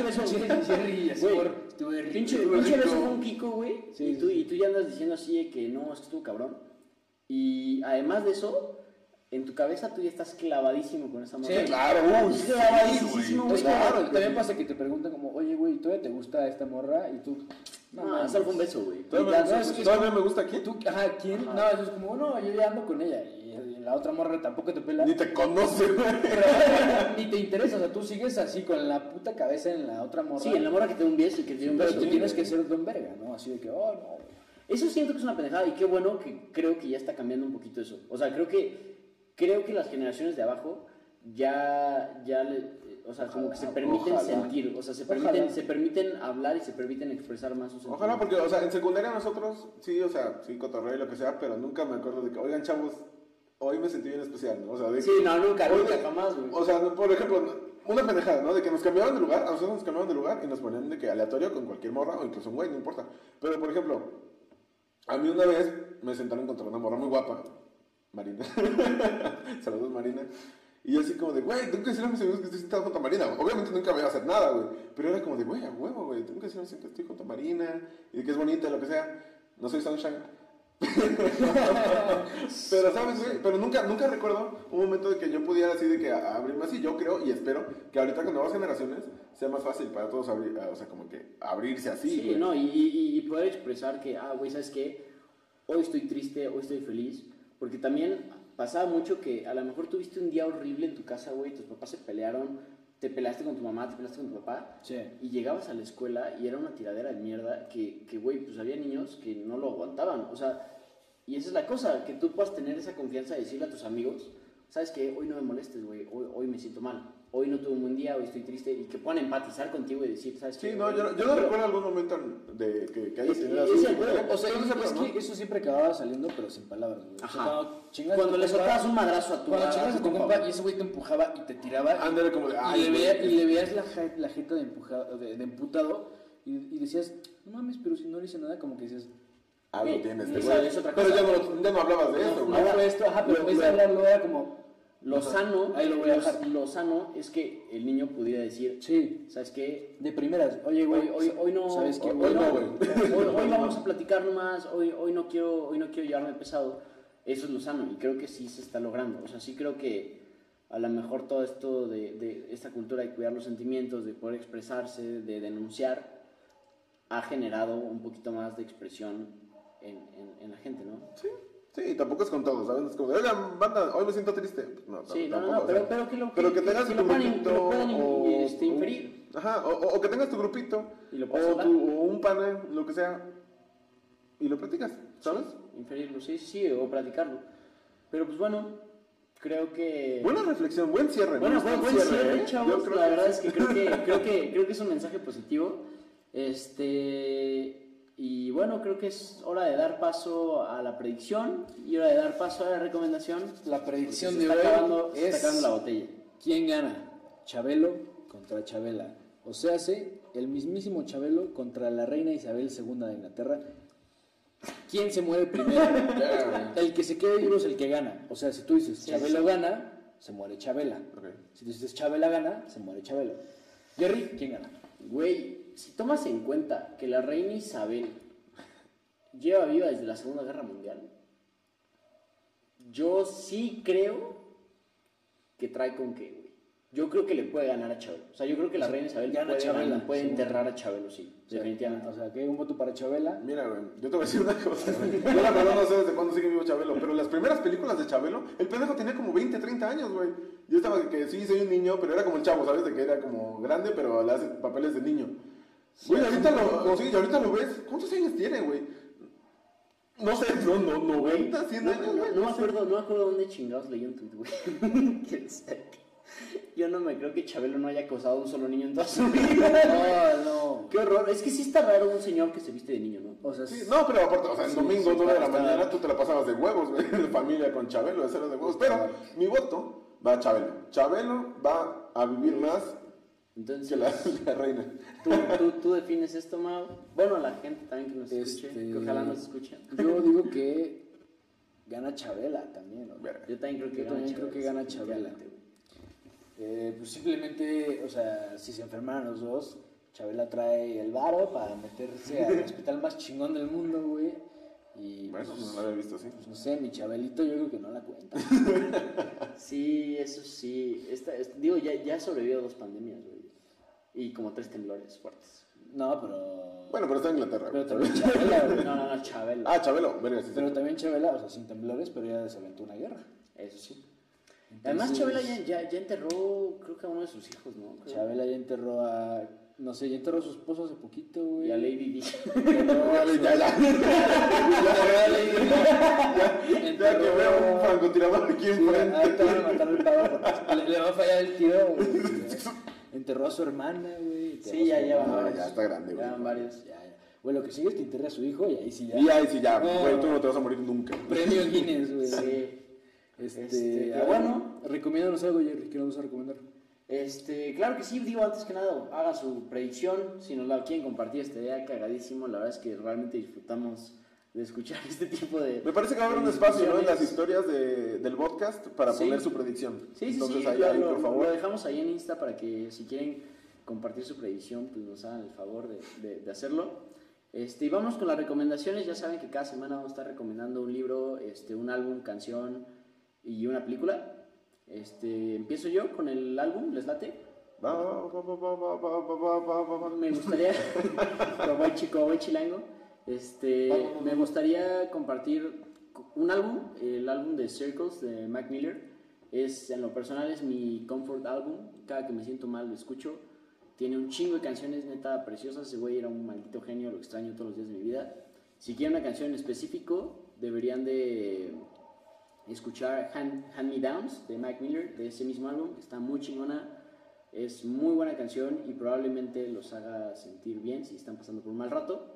güey, pinche beso fue un Kiko, güey, Sí, y tú ya andas diciendo así de que no, es que estuvo cabrón. Y además de eso, en tu cabeza tú ya estás clavadísimo con esa morra. Sí, Claro, clavadísimo, Es güey. claro, también pasa que te preguntan como, oye, güey, ¿todavía te gusta esta morra? Y tú... No, solo fue un beso, güey. ¿Todavía me gusta quién? ¿Tú, ajá, ¿quién? Ajá. No, eso es como, no, yo ya ando con ella. Y la otra morra tampoco te pela. Ni te conoce, güey. Pero ni te interesa, o sea, tú sigues así con la puta cabeza en la otra morra. Sí, en la morra que te da un beso y que te dio un Pero beso. tú tienes güey. que ser don verga, ¿no? Así de que, oh, no, güey. Eso siento que es una pendejada y qué bueno que creo que ya está cambiando un poquito eso. O sea, creo que las generaciones de abajo o sea, como que se permiten Ojalá. sentir, o sea, se permiten hablar y se permiten expresar más sus sentimientos. Ojalá, porque, o sea, en secundaria nosotros, sí, o sea, sí, cotorreo y lo que sea, pero nunca me acuerdo de que, oigan, chavos, hoy me sentí bien especial, ¿no? O sea, de Sí, no, nunca, jamás, güey. O sea, por ejemplo, una pendejada, ¿no? De que nos cambiaban de lugar, a nosotros nos cambiaban de lugar y nos ponían de que aleatorio con cualquier morra o incluso un güey, no importa. Pero, por ejemplo, a mí una vez me sentaron contra una morra muy guapa, Marina. Saludos, Marina. Y yo así como de, güey, tengo que decirle a mis amigos que estoy sentado junto a Marina. Obviamente nunca me iba a hacer nada, güey. Pero era como de, güey, a huevo, güey. Tengo que decirle que estoy junto a Marina. Y de que es bonita, lo que sea. No soy Sunshine. Pero, ¿sabes, güey? Pero nunca recuerdo un momento de que yo pudiera así de que abrirme así. Yo creo y espero que ahorita con nuevas generaciones sea más fácil para todos abrir, o sea, como que abrirse así, Sí, güey. no, y poder expresar que, güey, ¿sabes qué? Hoy estoy triste, hoy estoy feliz. Porque también pasaba mucho que a lo mejor tuviste un día horrible en tu casa, güey, tus papás se pelearon, te peleaste con tu mamá, te peleaste con tu papá, Sí. y llegabas a la escuela y era una tiradera de mierda que güey, pues había niños que no lo aguantaban, o sea, y esa es la cosa, que tú puedas tener esa confianza de decirle a tus amigos, ¿sabes qué? Hoy no me molestes, güey, hoy me siento mal, hoy no tuve un buen día, hoy estoy triste, y que puedan empatizar contigo y decir, ¿sabes qué? Sí, no, yo no recuerdo algún momento de que haya tenido es el juego, O sea, Pero es ¿no? que eso siempre acababa saliendo, pero sin palabras, güey. O sea, Ajá. chingas Cuando a tu le compa- soltabas un madrazo a tu Cuando chingas a tu compa güey. y ese güey te empujaba y te tiraba. Ándale como de, ay, y güey. le veías la jeta de, de emputado y decías, no mames, pero si no le hice nada, como que decías, Algo tienes, Esa este güey. es otra Pero cosa. ya no hablabas de eso, güey. no fue esto, ajá, pero en vez de hablarlo era como, Lo sano, ahí lo voy a dejar. lo sano es que el niño pudiera decir, Sí, ¿sabes qué? de primeras, oye, güey, Hoy no, ¿sabes qué, hoy güey? no, güey. hoy vamos a platicar nomás, hoy no quiero llevarme pesado. Eso es lo sano y creo que sí se está logrando. O sea, sí creo que a lo mejor todo esto de esta cultura de cuidar los sentimientos, de poder expresarse, de denunciar, ha generado un poquito más de expresión en la gente, ¿no? Sí, tampoco es con todos, ¿sabes? Es como, de, oigan, banda, hoy me siento triste. Pues no, Sí, tampoco, no, o sea, pero que tengas que tu lo puedan, grupito. que lo puedan o- inferir. Ajá, o que tengas tu grupito. Y lo o, puedas hablar. o un pana, lo que sea. Y lo platicas, ¿sabes? Inferirlo, sí, o platicarlo. Pero pues bueno, creo que... Buena reflexión, buen cierre. me Bueno, gusta buen el cierre, ¿eh? chavos. Yo creo La verdad sí. es que creo que es un mensaje positivo. Y bueno, creo que es hora de dar paso a la predicción y hora de dar paso a la recomendación. La predicción Se de está hoy acabando, se es está acabando la botella. ¿quién gana? Chabelo contra Chabela. O sea, el mismísimo Chabelo contra la reina Isabel II de Inglaterra. ¿Quién se muere primero? Ya, El que se quede vivo es el que gana. O sea, si tú dices Sí, Chabelo sí. gana, se muere Chabela. ok. Si tú dices Chabela gana, se muere Chabelo. Jerry, ¿quién gana? Güey, si tomas en cuenta que la reina Isabel lleva viva desde la Segunda Guerra Mundial, yo sí creo que trae con qué, güey. Yo creo que le puede ganar a Chabelo. O sea, yo creo que la reina Isabel Gana puede, Chabela, puede sí. enterrar a Chabelo, sí, definitivamente. O sea, que un voto para Chabela. Mira, güey, yo te voy a decir una cosa. Yo la verdad no sé desde cuándo sigue vivo Chabelo, pero las primeras películas de Chabelo, el pendejo tenía como 20, 30 años, güey. Yo estaba que sí, soy un niño, pero era como el chavo, ¿sabes? De que era como grande, pero le hace papeles de niño. Güey, ahorita lo ves, ¿cuántos años tiene, güey? No sé, no, 90, 100 No, años, no, güey. no me acuerdo dónde chingados leí un tweet, güey. Que decía que yo no me creo que Chabelo no haya acosado a un solo niño en toda su vida. No. Qué horror. Es que sí está raro un señor que se viste de niño, ¿no? O sea, Sí, no, pero aparte, o sea, el Sí, domingo, sí, 9 de la está- mañana, tú te la pasabas de huevos, güey, de familia con Chabelo, de cero de huevos. Pero mi voto va a Chabelo. Chabelo va a vivir más Entonces, que la reina. ¿tú defines esto, Mau. Bueno, la gente también que nos escuche, que ojalá nos escuche. Yo digo que gana Chabela también, ¿no? Verga. Yo también creo que Yo gana también creo que gana Chabela. definitivamente, güey. Pues simplemente, o sea, si se enfermaran los dos, Chabela trae el varo para meterse al hospital más chingón del mundo, güey. Y Bueno, pues, no lo había visto así. pues, no sé, mi Chabelito yo creo que no la cuenta. Sí, eso sí. Digo, ya sobrevivió 2 pandemias, güey. Y como 3 temblores fuertes. No, pero... Bueno, pero está en Inglaterra. Pero güey. también Chabela, güey. No, Chabelo. Ah, Chabelo, verga, sí, Pero sí. también Chabela, o sea, sin temblores, pero ya se aventó una guerra. Eso sí. Entonces, Además, Chabela ya enterró, creo que a uno de sus hijos, ¿no? Creo. Chabela ya enterró a... No sé, ya enterró a su esposo hace poquito, güey. Y a Lady Di. Enterró a su- Ya, ya. Ya que veo un francotirador aquí Sí, enfrente. ahorita van a matar al pavo porque le va a fallar el tiro, güey. Enterró a su hermana, güey. enterró Sí, a su ya papá. van No, ya está grande, güey. Ya van varios. Ya. Güey, lo que sigue es que enterre a su hijo y ahí sí ya. Y ahí sí, ya, No. güey, tú no te vas a morir nunca. Premio Guinness, güey. Sí. Pero bueno, recomiéndanos algo, Jerry. ¿Qué nos vas a recomendar? Claro que sí, digo, antes que nada, hagan su predicción. Si nos la quieren compartir, estaría cagadísimo. La verdad es que realmente disfrutamos de escuchar este tipo de. Me parece que va a haber un espacio, ¿no? En las historias del podcast para Sí. poner su predicción. Sí, Entonces, sí, ahí, lo por favor. dejamos ahí en Insta para que si quieren compartir su predicción, pues nos hagan el favor de hacerlo. Y vamos con las recomendaciones. Ya saben que cada semana vamos a estar recomendando un libro, un álbum, canción y una película. Empiezo yo con el álbum, ¿les late? Me gustaría, como buen chilango, me gustaría compartir un álbum, el álbum de Circles de Mac Miller. En lo personal es mi comfort álbum. Cada que me siento mal lo escucho. Tiene un chingo de canciones neta preciosas. Ese güey era un maldito genio, lo extraño todos los días de mi vida. Si quieren una canción en específico, deberían de escuchar Hand Me Downs de Mac Miller, de ese mismo álbum. Está muy chingona, es muy buena canción y probablemente los haga sentir bien si están pasando por un mal rato.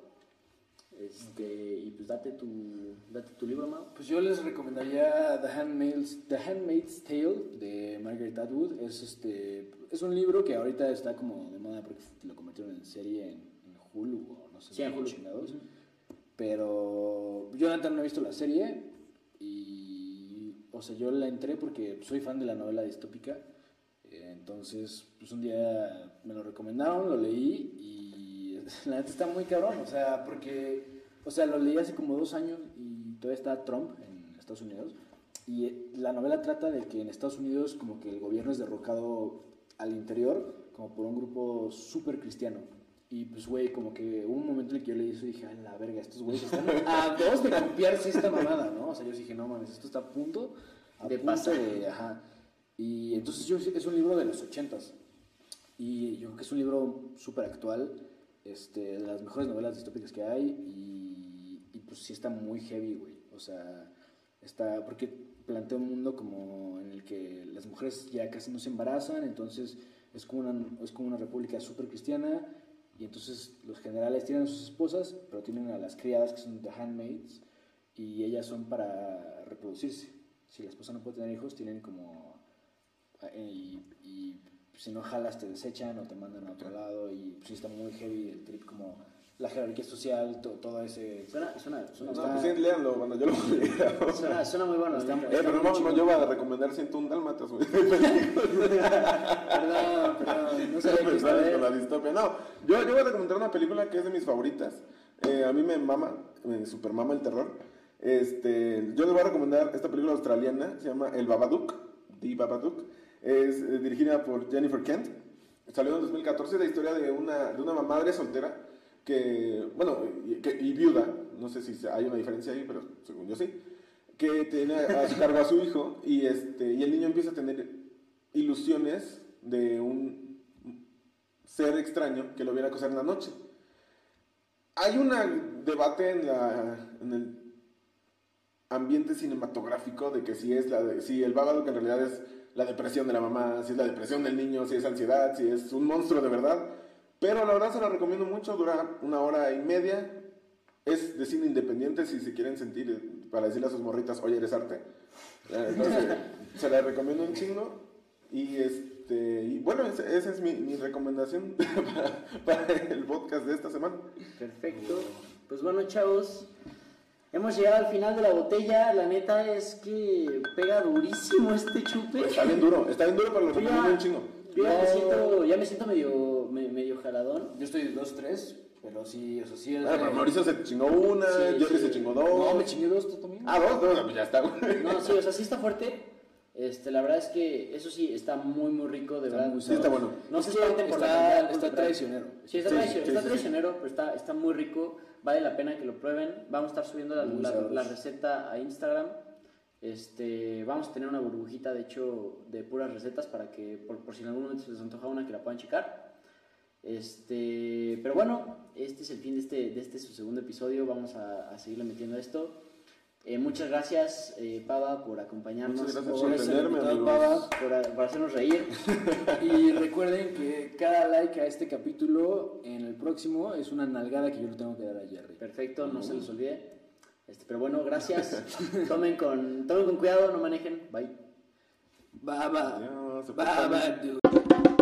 Y pues date tu libro, Mau. Pues yo les recomendaría The Handmaid's Tale de Margaret Atwood. Es un libro que ahorita está como de moda porque lo convirtieron en serie en Hulu o no sé Sí, en qué Hulu. chingados. Pero yo antes no he visto la serie y, o sea, yo la entré porque soy fan de la novela distópica. Entonces, pues un día me lo recomendaron, lo leí y la neta está muy cabrón, o sea, porque, o sea, lo leí hace como 2 años y todavía está Trump en Estados Unidos y la novela trata de que en Estados Unidos como que el gobierno es derrocado al interior como por un grupo súper cristiano. Y pues, güey, como que hubo un momento en el que yo leí eso y dije, a la verga, estos güeyes están a 2 de copiarse esta mamada, ¿no? O sea, yo dije, no mames, esto está a punto De pasar. Ajá. Y entonces es un libro de los 80s. Y yo creo que es un libro súper actual, de las mejores novelas distópicas que hay. Y pues sí está muy heavy, güey. O sea, porque plantea un mundo como en el que las mujeres ya casi no se embarazan, entonces es como una república súper cristiana. Y entonces los generales tienen a sus esposas, pero tienen a las criadas que son the handmaids, y ellas son para reproducirse. Si la esposa no puede tener hijos, tienen como... Y si no jalas te desechan o te mandan a otro lado, y pues sí está muy heavy el trip, como la jerarquía social, todo ese... Suena No, pues sí, léanlo, cuando yo lo lea. suena muy bueno. Está- Pero muy no, chingón. yo voy a recomendar 101 Dálmatas, güey. Perdón, no sabía que Me estaba... sales con la distopia. No, yo voy a recomendar una película que es de mis favoritas. A mí me mama, me super mama el terror. Yo les voy a recomendar esta película australiana, se llama El Babadook, The Babadook. Es dirigida por Jennifer Kent. Salió en 2014, la historia de una madre soltera y viuda, no sé si hay una diferencia ahí, pero según yo sí, que tiene a su cargo a su hijo y el niño empieza a tener ilusiones de un ser extraño que lo viene a acosar en la noche. Hay un debate ambiente cinematográfico de que si el Babadook en realidad es la depresión de la mamá, si es la depresión del niño, si es ansiedad, si es un monstruo de verdad. Pero la verdad se la recomiendo mucho, dura 1 hora y media. Es de cine independiente, si se quieren sentir, para decirle a sus morritas, oye, eres arte. Entonces, se la recomiendo un chingo. Y bueno, esa es mi recomendación para el podcast de esta semana. Perfecto. Pues bueno, chavos, hemos llegado al final de la botella. La neta es que pega durísimo este chupe. Está bien duro, pero lo recomiendo un chingo. Yo ya me siento medio jaladón. Yo estoy 2-3, pero sí, o sea, sí. Pero Mauricio se chingó una, Sí, Jerry sí. se chingó 2. No, me chingué 2, ¿tú también? Ah, 2, no, pues ya está, güey. No, sí, o sea, sí está fuerte. La verdad es que eso sí está muy muy rico, de Está verdad. muy Sí, está bueno. No se Es que espanten por la está cantidad de alcohol que trae. traicionero. Sí, está, Sí, traicionero, sí, está sí, traicionero, pero está muy rico. Vale la pena que lo prueben. Vamos a estar subiendo Muy la sabroso. receta a Instagram. Vamos a tener una burbujita, de hecho, de puras recetas para que, por si en algún momento se les antoja una, que la puedan checar. Pero bueno, este es el fin de este su segundo episodio. Vamos a seguirle metiendo esto. Muchas gracias, Pava, por acompañarnos. Muchas gracias por por atenderme, invitado, amigos. Pava, por hacernos reír. Y recuerden que cada like a este capítulo en el próximo es una nalgada que yo le tengo que dar a Jerry. Perfecto, no se les olvide. Pero bueno, gracias. Tomen con cuidado, no manejen. Bye. Baba. Adiós, se Baba, portan bien. dude.